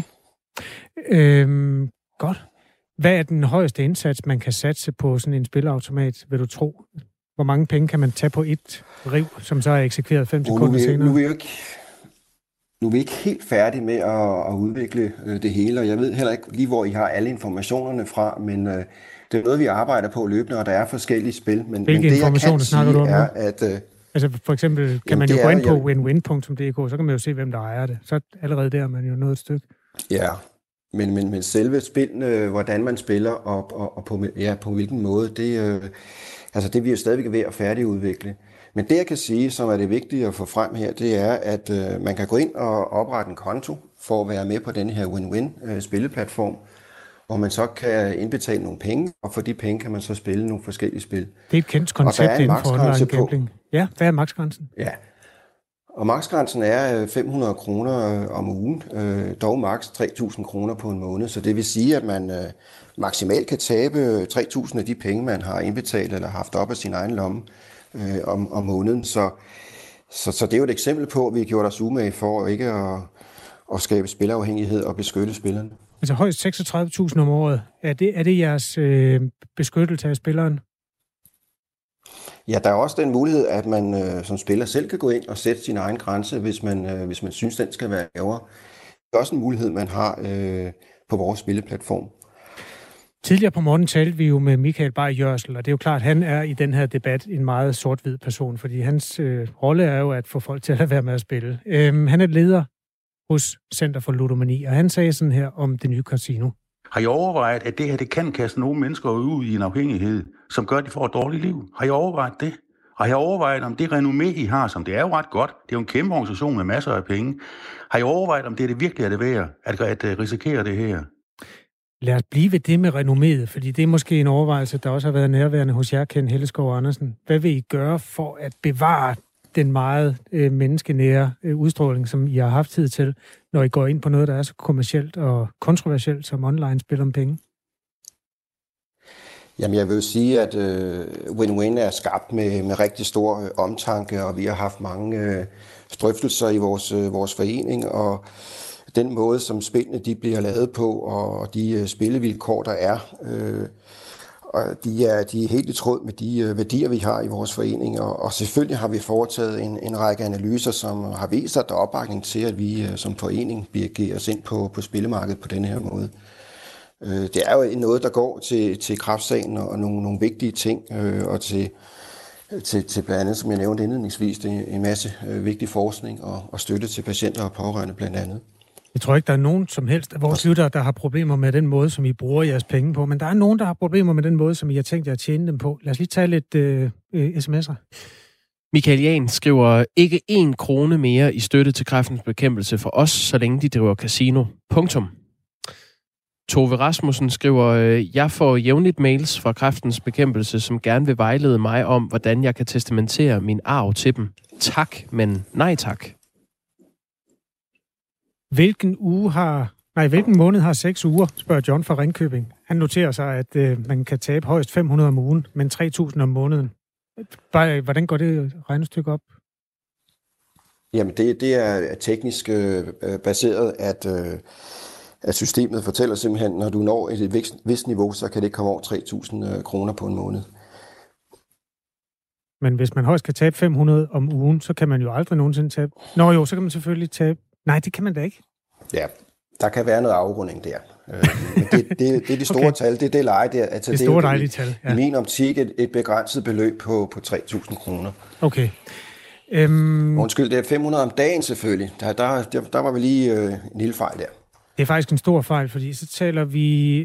Godt. Hvad er den højeste indsats, man kan satse på sådan en spilleautomat, vil du tro? Hvor mange penge kan man tage på et riv, som så er eksekveret 5 sekunder senere? Nu er vi ikke helt færdige med at udvikle det hele, og jeg ved heller ikke lige, hvor I har alle informationerne fra, men det er noget, vi arbejder på løbende, og der er forskellige spil. Hvilke informationer snakker du om? Altså for eksempel kan man jo gå ind på winwin.dk, så kan man jo se, hvem der ejer det. Så allerede der er man jo nået et stykke. Ja, men selve spillene, hvordan man spiller og på hvilken måde, det er vi jo stadigvæk ved at færdigudvikle. Men det, jeg kan sige, som er det vigtige at få frem her, det er, at man kan gå ind og oprette en konto for at være med på den her win-win-spilleplatform, hvor man så kan indbetale nogle penge, og for de penge kan man så spille nogle forskellige spil. Det er et kendt koncept inden for online gambling. Ja, hvad er maksgrænsen? Ja, og maksgrænsen er 500 kroner om ugen, dog maks 3.000 kroner på en måned, så det vil sige, at man maksimalt kan tabe 3.000 af de penge, man har indbetalt eller haft op af sin egen lomme om måneden. Så det er jo et eksempel på, at vi har gjort os umage for ikke at skabe spilafhængighed og beskytte spillerne. Altså højst 36.000 om året. Er det jeres beskyttelse af spilleren? Ja, der er også den mulighed, at man som spiller selv kan gå ind og sætte sin egen grænse, hvis man synes, den skal være lavere. Det er også en mulighed, man har på vores spilleplatform. Tidligere på morgenen talte vi jo med Michael Bay Jørsel, og det er jo klart, at han er i den her debat en meget sort-hvid person, fordi hans rolle er jo at få folk til at lade være med at spille. Han er leder hos Center for Ludomani, og han sagde sådan her om det nye casino. Har I overvejet, at det her det kan kaste nogle mennesker ud i en afhængighed, som gør, at de får et dårligt liv? Har I overvejet det? Har I overvejet, om det renommé, I har, som det er jo ret godt, det er jo en kæmpe organisation med masser af penge, har I overvejet, om det virkelig er det værd, at risikere det her? Lad os blive ved det med renomméet, fordi det er måske en overvejelse, der også har været nærværende hos jer, Ken Helleskov Andersen. Hvad vil I gøre for at bevare den meget menneskenære udstråling, som I har haft tid til, når I går ind på noget, der er så kommercielt og kontroversielt som online-spil om penge? Jamen, jeg vil jo sige, at Win-Win er skabt med rigtig stor omtanke, og vi har haft mange drøftelser i vores forening, og den måde, som spillene de bliver lavet på, og de spillevilkår, der er, og de er helt i tråd med de værdier, vi har i vores forening. Og selvfølgelig har vi foretaget en række analyser, som har vist, at der er opbakning til, at vi som forening begiver os ind på spillemarkedet på denne her måde. Det er jo noget, der går til kræftsagen og nogle vigtige ting, og til blandt andet, som jeg nævnte indledningsvis, det er en masse vigtig forskning og støtte til patienter og pårørende blandt andet. Jeg tror ikke, der er nogen som helst af vores lyttere, der har problemer med den måde, som I bruger jeres penge på, men der er nogen, der har problemer med den måde, som I har tænkt jer at tjene dem på. Lad os lige tage lidt sms'er. Michael Jan skriver, ikke 1 krone mere i støtte til kræftens bekæmpelse for os, så længe de driver casino. Punktum. Tove Rasmussen skriver, jeg får jævnligt mails fra kræftens bekæmpelse, som gerne vil vejlede mig om, hvordan jeg kan testamentere min arv til dem. Tak, men nej tak. Hvilken måned har 6 uger, spørger John fra Ringkøbing. Han noterer sig, at man kan tabe højst 500 om ugen, men 3.000 om måneden. Hvordan går det regnestykke op? Jamen, det er teknisk baseret, at systemet fortæller simpelthen, når du når et vist niveau, så kan det komme over 3.000 kroner på en måned. Men hvis man højst kan tabe 500 om ugen, så kan man jo aldrig nogensinde tabe. Nå jo, så kan man selvfølgelig tabe. Nej, det kan man da ikke. Ja, der kan være noget afrunding der. Men det er de store tal, det leje der. Altså, det store dejlige tal, ja. I min optik et begrænset beløb på 3.000 kroner. Okay. Undskyld, det er 500 om dagen selvfølgelig. Der var vi lige en lille fejl der. Det er faktisk en stor fejl, fordi så taler vi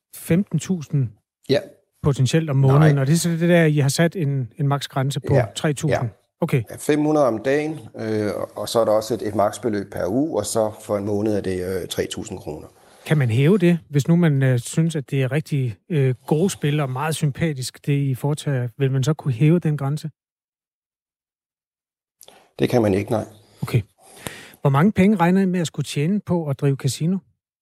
15.000 potentielt om måneden, og det er så det der, I har sat en maksgrænse på 3.000. Ja. Okay. 500 om dagen, og så er der også et maksbeløb per uge, og så for en måned er det 3.000 kroner. Kan man hæve det, hvis nu man synes, at det er rigtig gode spil og meget sympatisk, det I foretager? Vil man så kunne hæve den grænse? Det kan man ikke, nej. Okay. Hvor mange penge regner I med at skulle tjene på at drive casino?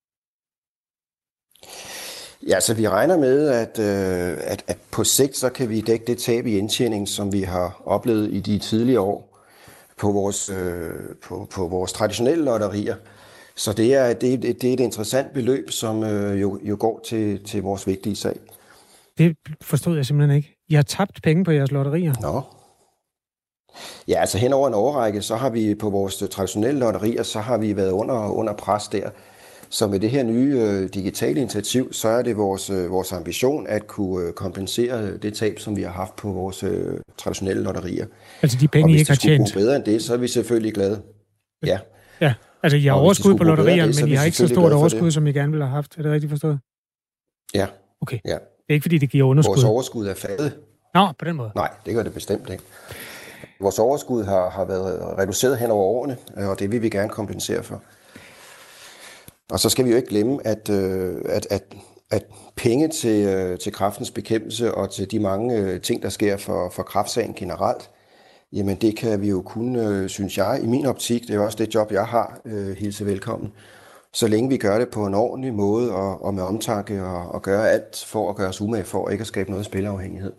Ja, så vi regner med, at på sigt, så kan vi dække det tab i indtjening, som vi har oplevet i de tidligere år på vores traditionelle lotterier. Så det er et interessant beløb, som jo går til vores vigtige sag. Det forstod jeg simpelthen ikke. I har tabt penge på jeres lotterier? Nå. Ja, altså hen over en årrække, så har vi på vores traditionelle lotterier, så har vi været under pres der. Så med det her nye digitale initiativ, så er det vores ambition at kunne kompensere det tab, som vi har haft på vores traditionelle lotterier. Altså de penge, I ikke har tjent? Og hvis det skulle gå bedre end det, så er vi selvfølgelig glade. Ja. Ja, altså I har overskud på lotterierne, men I har ikke så stort overskud, som I gerne ville have haft. Er det rigtigt forstået? Ja. Okay. Ja. Det er ikke, fordi det giver underskud? Vores overskud er faldet. Nå, på den måde? Nej, det gør det bestemt ikke. Vores overskud har været reduceret hen over årene, og det vil vi gerne kompensere for. Og så skal vi jo ikke glemme, at penge til kræftens bekæmpelse og til de mange ting, der sker for kræftsagen generelt, jamen det kan vi jo kun, synes jeg, i min optik, det er også det job, jeg har, hilse velkommen. Så længe vi gør det på en ordentlig måde og med omtanke og gøre alt for at gøre os umage for ikke at skabe noget spilafhængighed.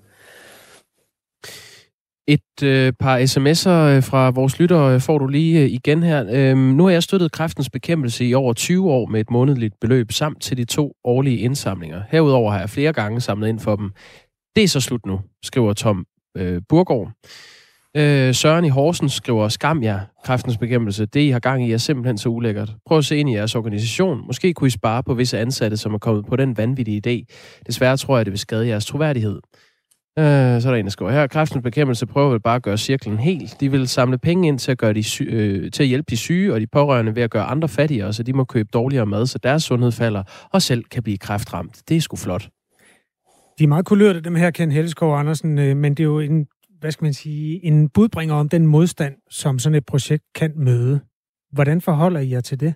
Et par sms'er fra vores lyttere får du lige igen her. Nu har jeg støttet kræftens bekæmpelse i over 20 år med et månedligt beløb samt til de 2 årlige indsamlinger. Herudover har jeg flere gange samlet ind for dem. Det er så slut nu, skriver Tom Burgård. Søren i Horsens skriver, skam jer, kræftens bekæmpelse. Det, I har gang i, er simpelthen så ulækkert. Prøv at se ind i jeres organisation. Måske kunne I spare på visse ansatte, som er kommet på den vanvittige idé. Desværre tror jeg, det vil skade jeres troværdighed. Så er der en, der skriver her. Kræftens Bekæmpelse prøver vel bare at gøre cirklen helt. De vil samle penge ind til at, til at hjælpe de syge og de pårørende ved at gøre andre fattigere, så de må købe dårligere mad, så deres sundhed falder og selv kan blive kræftramt. Det er sgu flot. De er meget kulørte, dem her, Ken Helleskov Andersen, men det er jo en budbringer om den modstand, som sådan et projekt kan møde. Hvordan forholder I jer til det?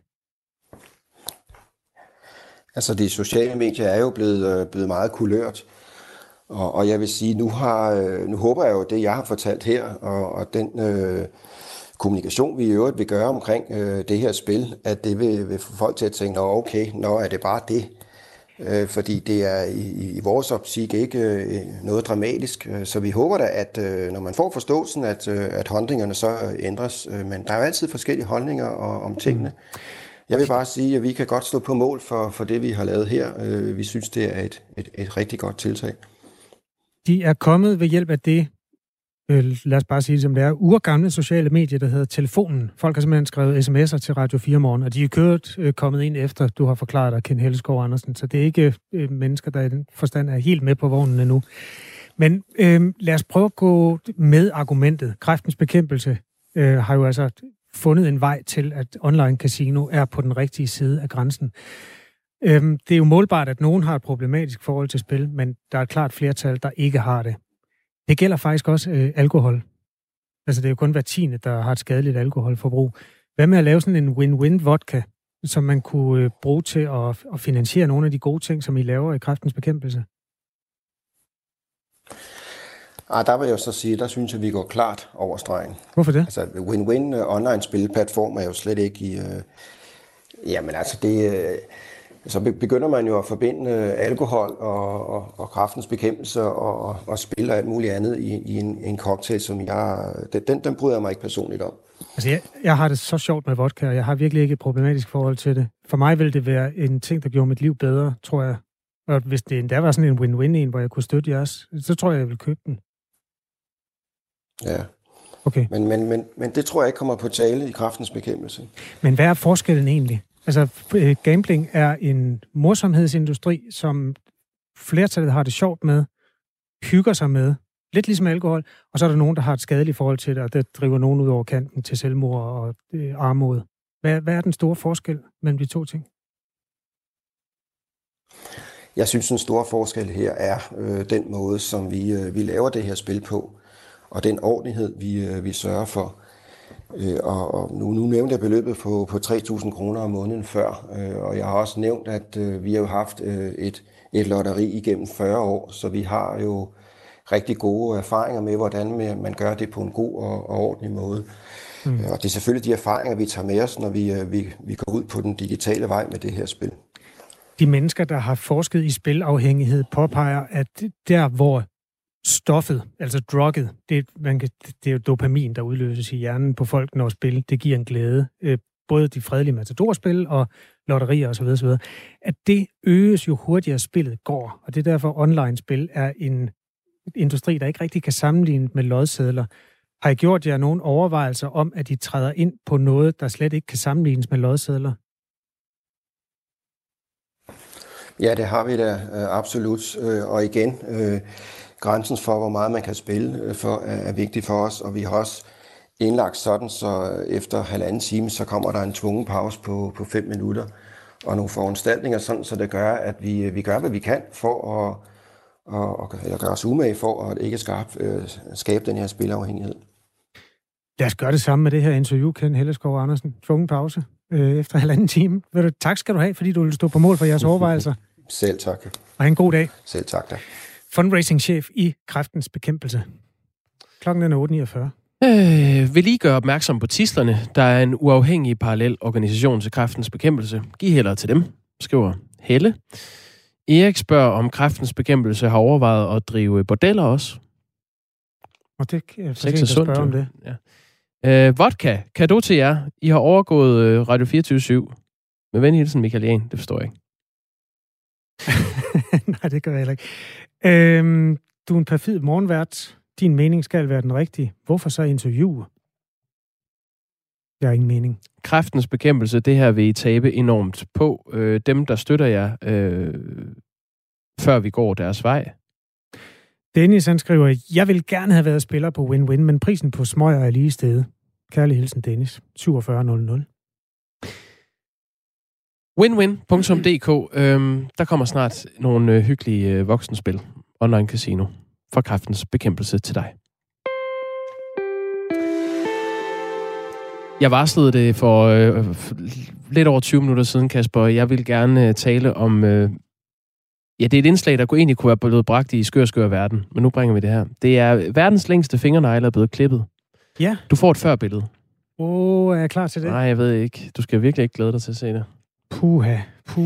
Altså, de sociale medier er jo blevet meget kulørt. Og jeg vil sige, nu håber jeg jo, det jeg har fortalt her, og den kommunikation, vi i øvrigt vil gøre omkring det her spil, at det vil få folk til at tænke, okay, er det bare det. Fordi det er i vores optik ikke noget dramatisk. Så vi håber da, at når man får forståelsen, at holdningerne så ændres. Men der er jo altid forskellige holdninger om tingene. Jeg vil bare sige, at vi kan godt stå på mål for det, vi har lavet her. Vi synes, det er et rigtig godt tiltag. De er kommet ved hjælp af det, lad os bare sige det som det er, urgamle sociale medier, der hedder telefonen. Folk har simpelthen skrevet sms'er til Radio 4 Morgen, og de er kommet ind efter, du har forklaret dig, Ken Helleskov Andersen. Så det er ikke mennesker, der i den forstand er helt med på vognen endnu. Men lad os prøve at gå med argumentet. Kræftens Bekæmpelse har jo altså fundet en vej til, at online casino er på den rigtige side af grænsen. Det er jo målbart, at nogen har et problematisk forhold til spil, men der er et klart flertal, der ikke har det. Det gælder faktisk også alkohol. Altså det er jo kun hver tiende, der har et skadeligt alkoholforbrug. Hvad med at lave sådan en win-win vodka, som man kunne bruge til at finansiere nogle af de gode ting, som I laver i Kræftens Bekæmpelse? Der vil jeg jo så sige, der synes jeg, vi går klart over stregen. Hvorfor det? Altså win-win online spilplatform er jo slet ikke i... Jamen altså det... Så begynder man jo at forbinde alkohol og Kræftens Bekæmpelse og spil og alt muligt andet i en cocktail, som den bryder jeg mig ikke personligt om. Altså jeg har det så sjovt med vodka, og jeg har virkelig ikke et problematisk forhold til det. For mig ville det være en ting, der gjorde mit liv bedre, tror jeg. Og hvis det endda var sådan en win-win en, hvor jeg kunne støtte jeres, så tror jeg ville købe den. Ja. Okay. Men det tror jeg ikke kommer på tale i Kræftens Bekæmpelse. Men hvad er forskellen egentlig? Altså, gambling er en morsomhedsindustri, som flertallet har det sjovt med, hygger sig med, lidt ligesom alkohol, og så er der nogen, der har et skadeligt forhold til det, og det driver nogen ud over kanten til selvmord og armod. Hvad er den store forskel mellem de to ting? Jeg synes, den store forskel her er den måde, som vi laver det her spil på, og den ordentlighed, vi sørger for. Og nu nævnte jeg beløbet på 3.000 kroner om måneden før, og jeg har også nævnt, at vi har jo haft et lotteri igennem 40 år, så vi har jo rigtig gode erfaringer med, hvordan man gør det på en god og ordentlig måde. Og det er selvfølgelig de erfaringer, vi tager med os, når vi går ud på den digitale vej med det her spil. De mennesker, der har forsket i spilafhængighed, påpeger, at der, hvor stoffet, altså drugget, det er jo dopamin, der udløses i hjernen på folk, når spil, det giver en glæde. Både de fredelige matadorspil og lotterier osv. At det øges jo hurtigere spillet går, og det er derfor online-spil er en industri, der ikke rigtig kan sammenligne med lodsedler. Har I gjort jer nogle overvejelser om, at I træder ind på noget, der slet ikke kan sammenlignes med lodsedler? Ja, det har vi da absolut. Og igen, grænsen for, hvor meget man kan spille, er vigtig for os, og vi har også indlagt sådan, så efter 1,5 time, så kommer der en tvungen pause på 5 minutter, og nogle foranstaltninger, sådan, så det gør, at vi gør, hvad vi kan for at gøre os umage for at ikke skabe den her spilafhængighed. Lad os gøre det samme med det her interview, Ken Helleskov Andersen. Tvungen pause efter 1,5 time. Tak skal du have, fordi du vil stå på mål for jeres overvejelser. Selv tak. Og have en god dag. Selv tak da. Fundraising-chef i Kræftens Bekæmpelse. Klokken er 8.49. Vil lige gøre opmærksom på tidslerne. Der er en uafhængig parallel organisation til Kræftens Bekæmpelse. Giv hellere til dem, skriver Helle. Erik spørger, om Kræftens Bekæmpelse har overvejet at drive bordeller også. Og det er for sent at spørge om det. Ja. Vodka, kado til jer. I har overgået Radio 24/7. Med venlig hilsen, Michael Jahn. Det forstår jeg ikke. Nej, det gør jeg heller ikke. Du er en perfid morgenvært. Din mening skal være den rigtige. Hvorfor så interviewe? Jeg har ingen mening. Kræftens Bekæmpelse, det her vil I tabe enormt på. Dem, der støtter jer, før vi går deres vej. Dennis, han skriver, jeg vil gerne have været spiller på Win-Win, men prisen på smøger er lige steget. Kærlig hilsen, Dennis. 4700. Winwin.dk. Der kommer snart nogle hyggelige voksenspil. Online casino for Kræftens Bekæmpelse til dig. Jeg varslede det for lidt over 20 minutter siden, Kasper. Jeg vil gerne tale om... det er et indslag, der egentlig kunne være blevet bragt i skør verden. Men nu bringer vi det her. Det er verdens længste fingernegle er blevet klippet. Ja. Du får et førbillede. Er jeg klar til det? Nej, jeg ved ikke. Du skal virkelig ikke glæde dig til at se det. Puha.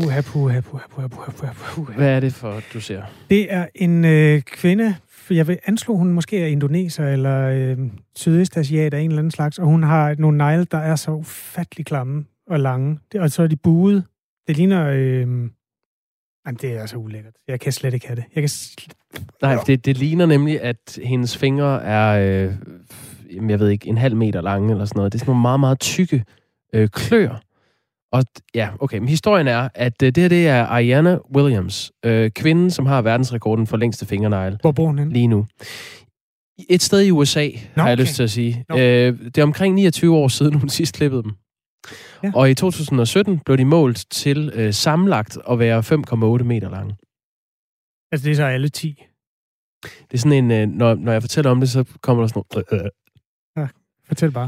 Hvad er det for, du ser? Det er en kvinde, jeg vil anslå, hun måske er indoneser eller sydøstasiat af en eller anden slags, og hun har nogle negle, der er så ufattelig klamme og lange. Og så er de buede. Det ligner... det er så ulækkert. Jeg kan slet ikke have det. Nej, det ligner nemlig, at hendes fingre er, jeg ved ikke, 1,5 meter lange eller sådan noget. Det er sådan nogle meget, meget tykke klør. Og ja, okay. Men historien er, at det her, det er Ariana Williams, kvinden, som har verdensrekorden for længste fingernegle. Hvor bor hun henne? Lige nu. Et sted i USA, har jeg lyst til at sige. Det er omkring 29 år siden, hun sidst klippede dem. Ja. Og i 2017 blev de målt til sammenlagt at være 5,8 meter lange. Altså det er så alle 10? Det er sådan en, når jeg fortæller om det, så kommer der sådan noget... Ja, fortæl bare.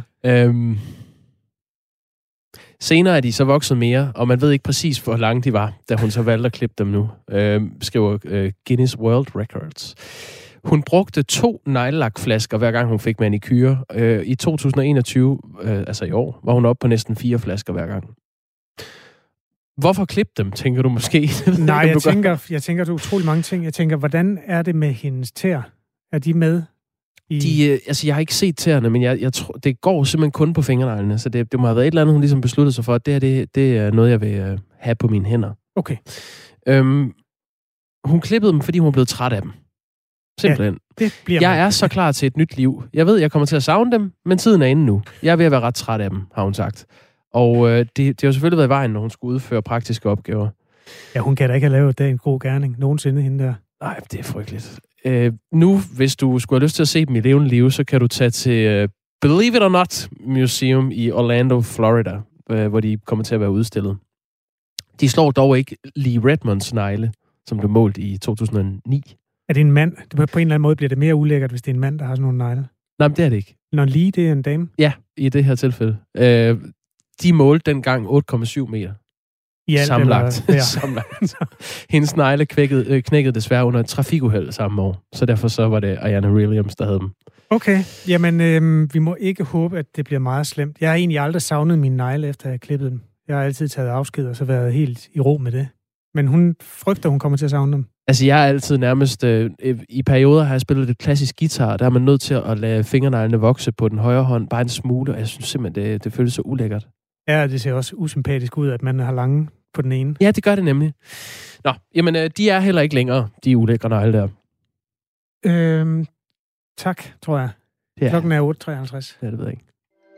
Senere er de så vokset mere, og man ved ikke præcis, hvor lange de var, da hun så valgte at klippe dem nu, skriver Guinness World Records. Hun brugte 2 neglelakflasker, hver gang hun fik manikyre. I 2021, altså i år, var hun oppe på næsten 4 flasker hver gang. Hvorfor klippe dem, tænker du måske? Nej, jeg tænker utrolig mange ting. Jeg tænker, hvordan er det med hendes tæer? Er de med? Jeg har ikke set tæerne, men jeg tror, det går simpelthen kun på fingerneglene, så det må have været et eller andet, hun ligesom besluttede sig for, at det er noget, jeg vil have på mine hænder. Okay. Hun klippede dem, fordi hun blev træt af dem. Simpelthen. Ja, jeg er så klar til et nyt liv. Jeg ved, jeg kommer til at savne dem, men tiden er inde nu. Jeg er ved at være ret træt af dem, har hun sagt. Og det har jo selvfølgelig været i vejen, når hun skulle udføre praktiske opgaver. Ja, hun kan da ikke have lavet en god gerning nogensinde hende der. Nej, det er frygteligt. Nu, hvis du skulle have lyst til at se dem i levende liv, så kan du tage til Believe It or Not Museum i Orlando, Florida, hvor de kommer til at være udstillet. De slår dog ikke Lee Redmonds negle, som blev målt i 2009. Er det en mand? På en eller anden måde bliver det mere ulækkert, hvis det er en mand, der har sådan nogle negle. Nej, men det er det ikke. Når Lee, det er en dame? Ja, i det her tilfælde. De målte dengang 8,7 meter. Sammenlagt. Sammenlagt. Hendes negle knækkede desværre under et trafikuheld samme år. Så derfor så var det Ariana Williams, der havde dem. Okay, jamen vi må ikke håbe, at det bliver meget slemt. Jeg har egentlig aldrig savnet mine negle, efter jeg klippede dem. Jeg har altid taget afsked og så været helt i ro med det. Men hun frygter, hun kommer til at savne dem. Altså, jeg er altid nærmest... I perioder har jeg spillet et klassisk guitar, der er man nødt til at lade fingerneglene vokse på den højre hånd, bare en smule, og jeg synes simpelthen, det føles så ulækkert. Ja, det ser også usympatisk ud, at man har lange på den ene. Ja, det gør det nemlig. Nå, jamen, de er heller ikke længere, de ulækre negle der. Tak, tror jeg. Ja. Klokken er 8:53. Ja, det ved jeg ikke.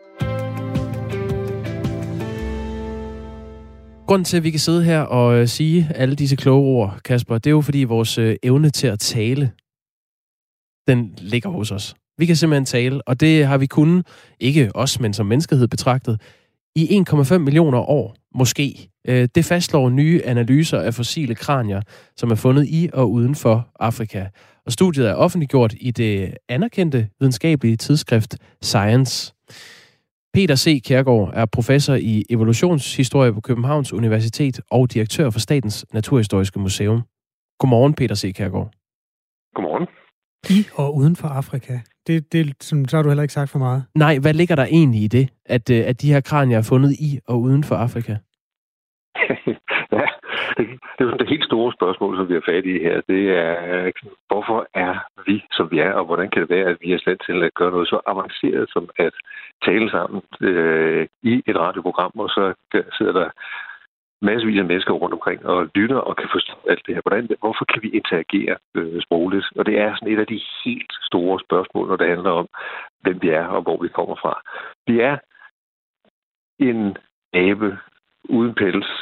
Grunden til, at vi kan sidde her og sige alle disse kloge ord, Kasper, det er jo fordi vores evne til at tale, den ligger hos os. Vi kan simpelthen tale, og det har vi kunnet, ikke os, men som menneskehed betragtet, i 1,5 millioner år, måske. Det fastslår nye analyser af fossile kranier, som er fundet i og uden for Afrika. Og studiet er offentliggjort i det anerkendte videnskabelige tidsskrift Science. Peter C. Kjærgaard er professor i evolutionshistorie på Københavns Universitet og direktør for Statens Naturhistoriske Museum. Godmorgen, Peter C. Kjærgaard. Godmorgen. I og uden for Afrika. Så har du heller ikke sagt for meget. Nej, hvad ligger der egentlig i det, at de her kranier er fundet i og uden for Afrika? Ja, det er jo det helt store spørgsmål, som vi har fat i her. Det er, hvorfor er vi, som vi er, og hvordan kan det være, at vi er slet til at gøre noget så avanceret, som at tale sammen i et radioprogram, og så sidder der massevis af mennesker rundt omkring og lytter og kan forstå alt det her. Hvorfor kan vi interagere sprogligt? Og det er sådan et af de helt store spørgsmål, når det handler om, hvem vi er og hvor vi kommer fra. Vi er en abe uden pels,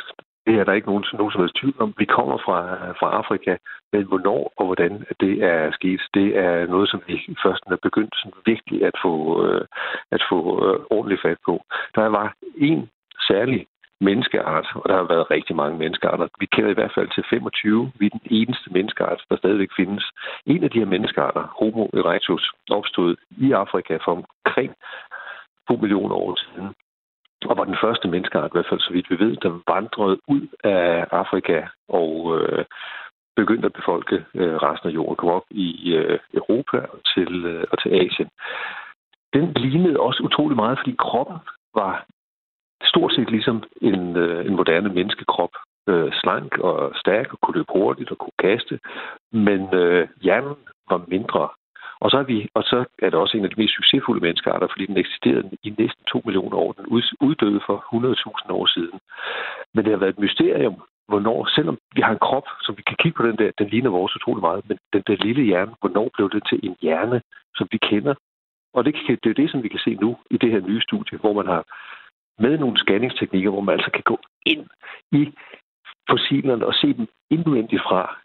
Det er der ikke nogen som helst tvivl om. Vi kommer fra Afrika, men hvornår og hvordan det er sket, det er noget, som vi først er begyndt sådan virkelig at få ordentligt fat på. Der var en særlig menneskeart, og der har været rigtig mange menneskearter. Vi kender i hvert fald til 25. Vi er den eneste menneskeart, der stadigvæk findes. En af de her menneskearter, Homo erectus, opstod i Afrika for omkring 2 millioner år siden. Og var den første menneskeart, i hvert fald så vidt vi ved, der vandrede ud af Afrika og begyndte at befolke resten af jorden, kom op i Europa og til Asien. Den lignede også utrolig meget, fordi kroppen var stort set ligesom en moderne menneskekrop. Slank og stærk og kunne løbe hurtigt og kunne kaste, men hjernen var mindre. Og så er det også en af de mest succesfulde menneskearter, fordi den eksisterede i næsten 2 millioner år. Den uddøde for 100.000 år siden. Men det har været et mysterium, hvornår, selvom vi har en krop, som vi kan kigge på den ligner vores utrolig meget, men den der lille hjerne, hvornår blev det til en hjerne, som vi kender? Og det er det, som vi kan se nu i det her nye studie, hvor man har med nogle scanningsteknikker, hvor man altså kan gå ind i fossilerne og se dem indvendigt fra.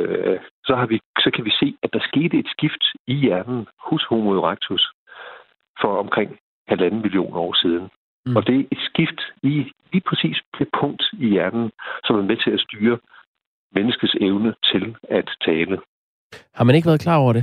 Så kan vi se, at der skete et skift i hjernen hos Homo erectus for omkring 1,5 millioner år siden. Og det er et skift i lige præcis det punkt i hjernen, som er med til at styre menneskets evne til at tale. Har man ikke været klar over det?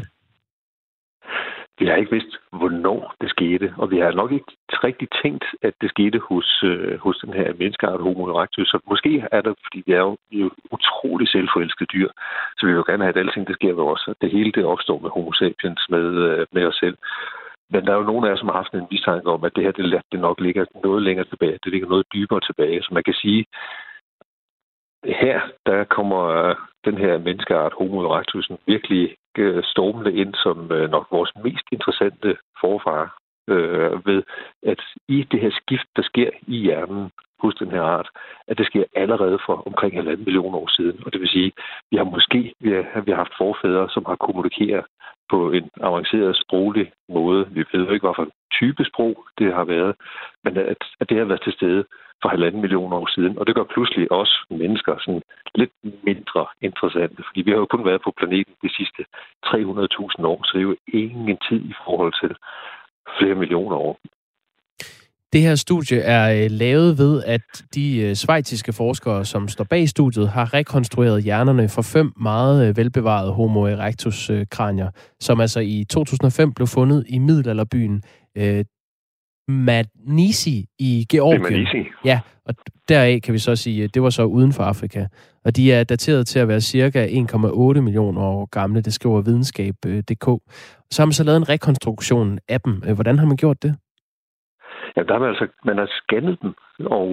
Vi har ikke vidst, hvornår det skete, og vi har nok ikke rigtig tænkt, at det skete hos den her menneskeart Homo erectus. Så måske er det, fordi vi er jo utrolig selvforelskede dyr, så vi vil jo gerne have, at alting det sker ved os, at det hele det opstår med Homo sapiens med os selv. Men der er jo nogle af os, som har haft en mistanke om, at det her det nok ligger noget længere tilbage, det ligger noget dybere tilbage, så man kan sige, her, der kommer den her menneskeart, Homo erectus, virkelig stormende ind som nok vores mest interessante forfar ved, at i det her skift, der sker i hjernen hos den her art, at det sker allerede for omkring 1,5 millioner år siden. Og det vil sige, vi har haft forfædre, som har kommunikeret på en avanceret sproglig måde. Vi ved jo ikke, hvad for en type sprog det har været, men at det har været til stede for 1,5 millioner år siden. Og det gør pludselig også mennesker sådan lidt mindre interessante, fordi vi har jo kun været på planeten de sidste 300.000 år, så det er jo ingen tid i forhold til flere millioner år. Det her studie er lavet ved, at de schweiziske forskere, som står bag studiet, har rekonstrueret hjernerne for 5 meget velbevarede Homo erectus-kranier, som altså i 2005 blev fundet i middelalderbyen Manisi i Georgien. Ja, og deraf kan vi så sige, at det var så uden for Afrika. Og de er dateret til at være cirka 1,8 millioner år gamle, det skriver videnskab.dk. Så har man så lavet en rekonstruktion af dem. Hvordan har man gjort det? Ja, der er man har scannet dem, og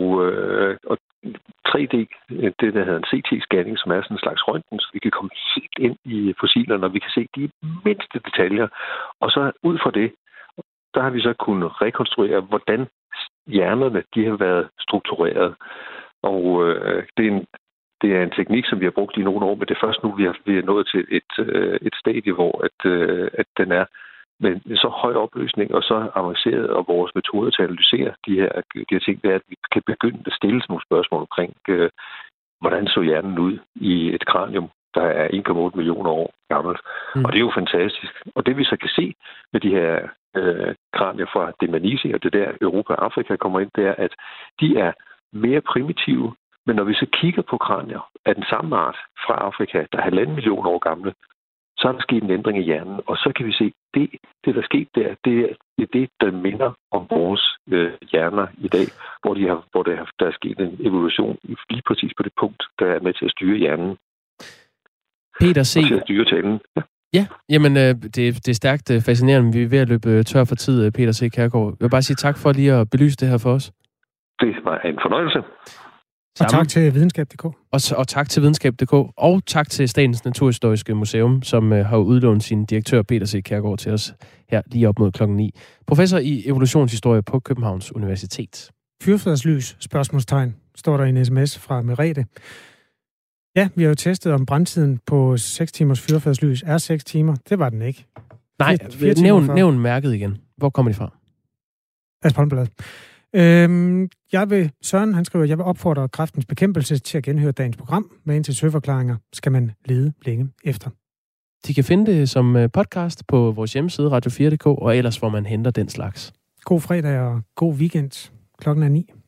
3D, det der hedder en CT-scanning, som er sådan en slags røntgen, så vi kan komme helt ind i fossilerne, og vi kan se de mindste detaljer. Og så ud fra det, der har vi så kunnet rekonstruere, hvordan hjernerne de har været struktureret. Og det er en teknik, som vi har brugt i nogle år, men det er først nu, vi er nået til et stadie, hvor at den er med så høj opløsning og så avanceret, og vores metode til at analysere de her ting, det er, at vi kan begynde at stille nogle spørgsmål omkring, hvordan så hjernen ud i et kranium, der er 1,8 millioner år gammelt. Og det er jo fantastisk. Og det vi så kan se med de her kranier fra det Manisi, og det der Europa og Afrika kommer ind, det er, at de er mere primitive, men når vi så kigger på kranier af den samme art fra Afrika, der er 1,5 millioner år gamle, så er der sket en ændring i hjernen, og så kan vi se, det der er sket der, det er det, der minder om vores hjerner i dag, hvor der er sket en evolution lige præcis på det punkt, der er med til at styre hjernen. Peter C. Og til at styre talen. Ja, jamen det er stærkt fascinerende. Vi er ved at løbe tør for tid, Peter C. Kjærgaard. Jeg vil bare sige tak for lige at belyse det her for os. Det var en fornøjelse. Og tak til videnskab.dk. Og tak til videnskab.dk. Og tak til Statens Naturhistoriske Museum, som har udlånt sin direktør Peter C. Kjærgaard til os her lige op mod klokken 9. Professor i evolutionshistorie på Københavns Universitet. Fyrfadslys, spørgsmålstegn, står der i en sms fra Merete. Ja, vi har jo testet om brandtiden på 6 timers fyrfadslys er 6 timer. Det var den ikke. Nej, nævn mærket igen. Hvor kommer de fra? Asponbladet. Søren, han skriver, jeg vil opfordre Kræftens Bekæmpelse til at genhøre dagens program, med indtil søforklaringer skal man lede længe efter. De kan finde det som podcast på vores hjemmeside radio4.dk, og ellers hvor man henter den slags. God fredag og god weekend. Klokken er 9.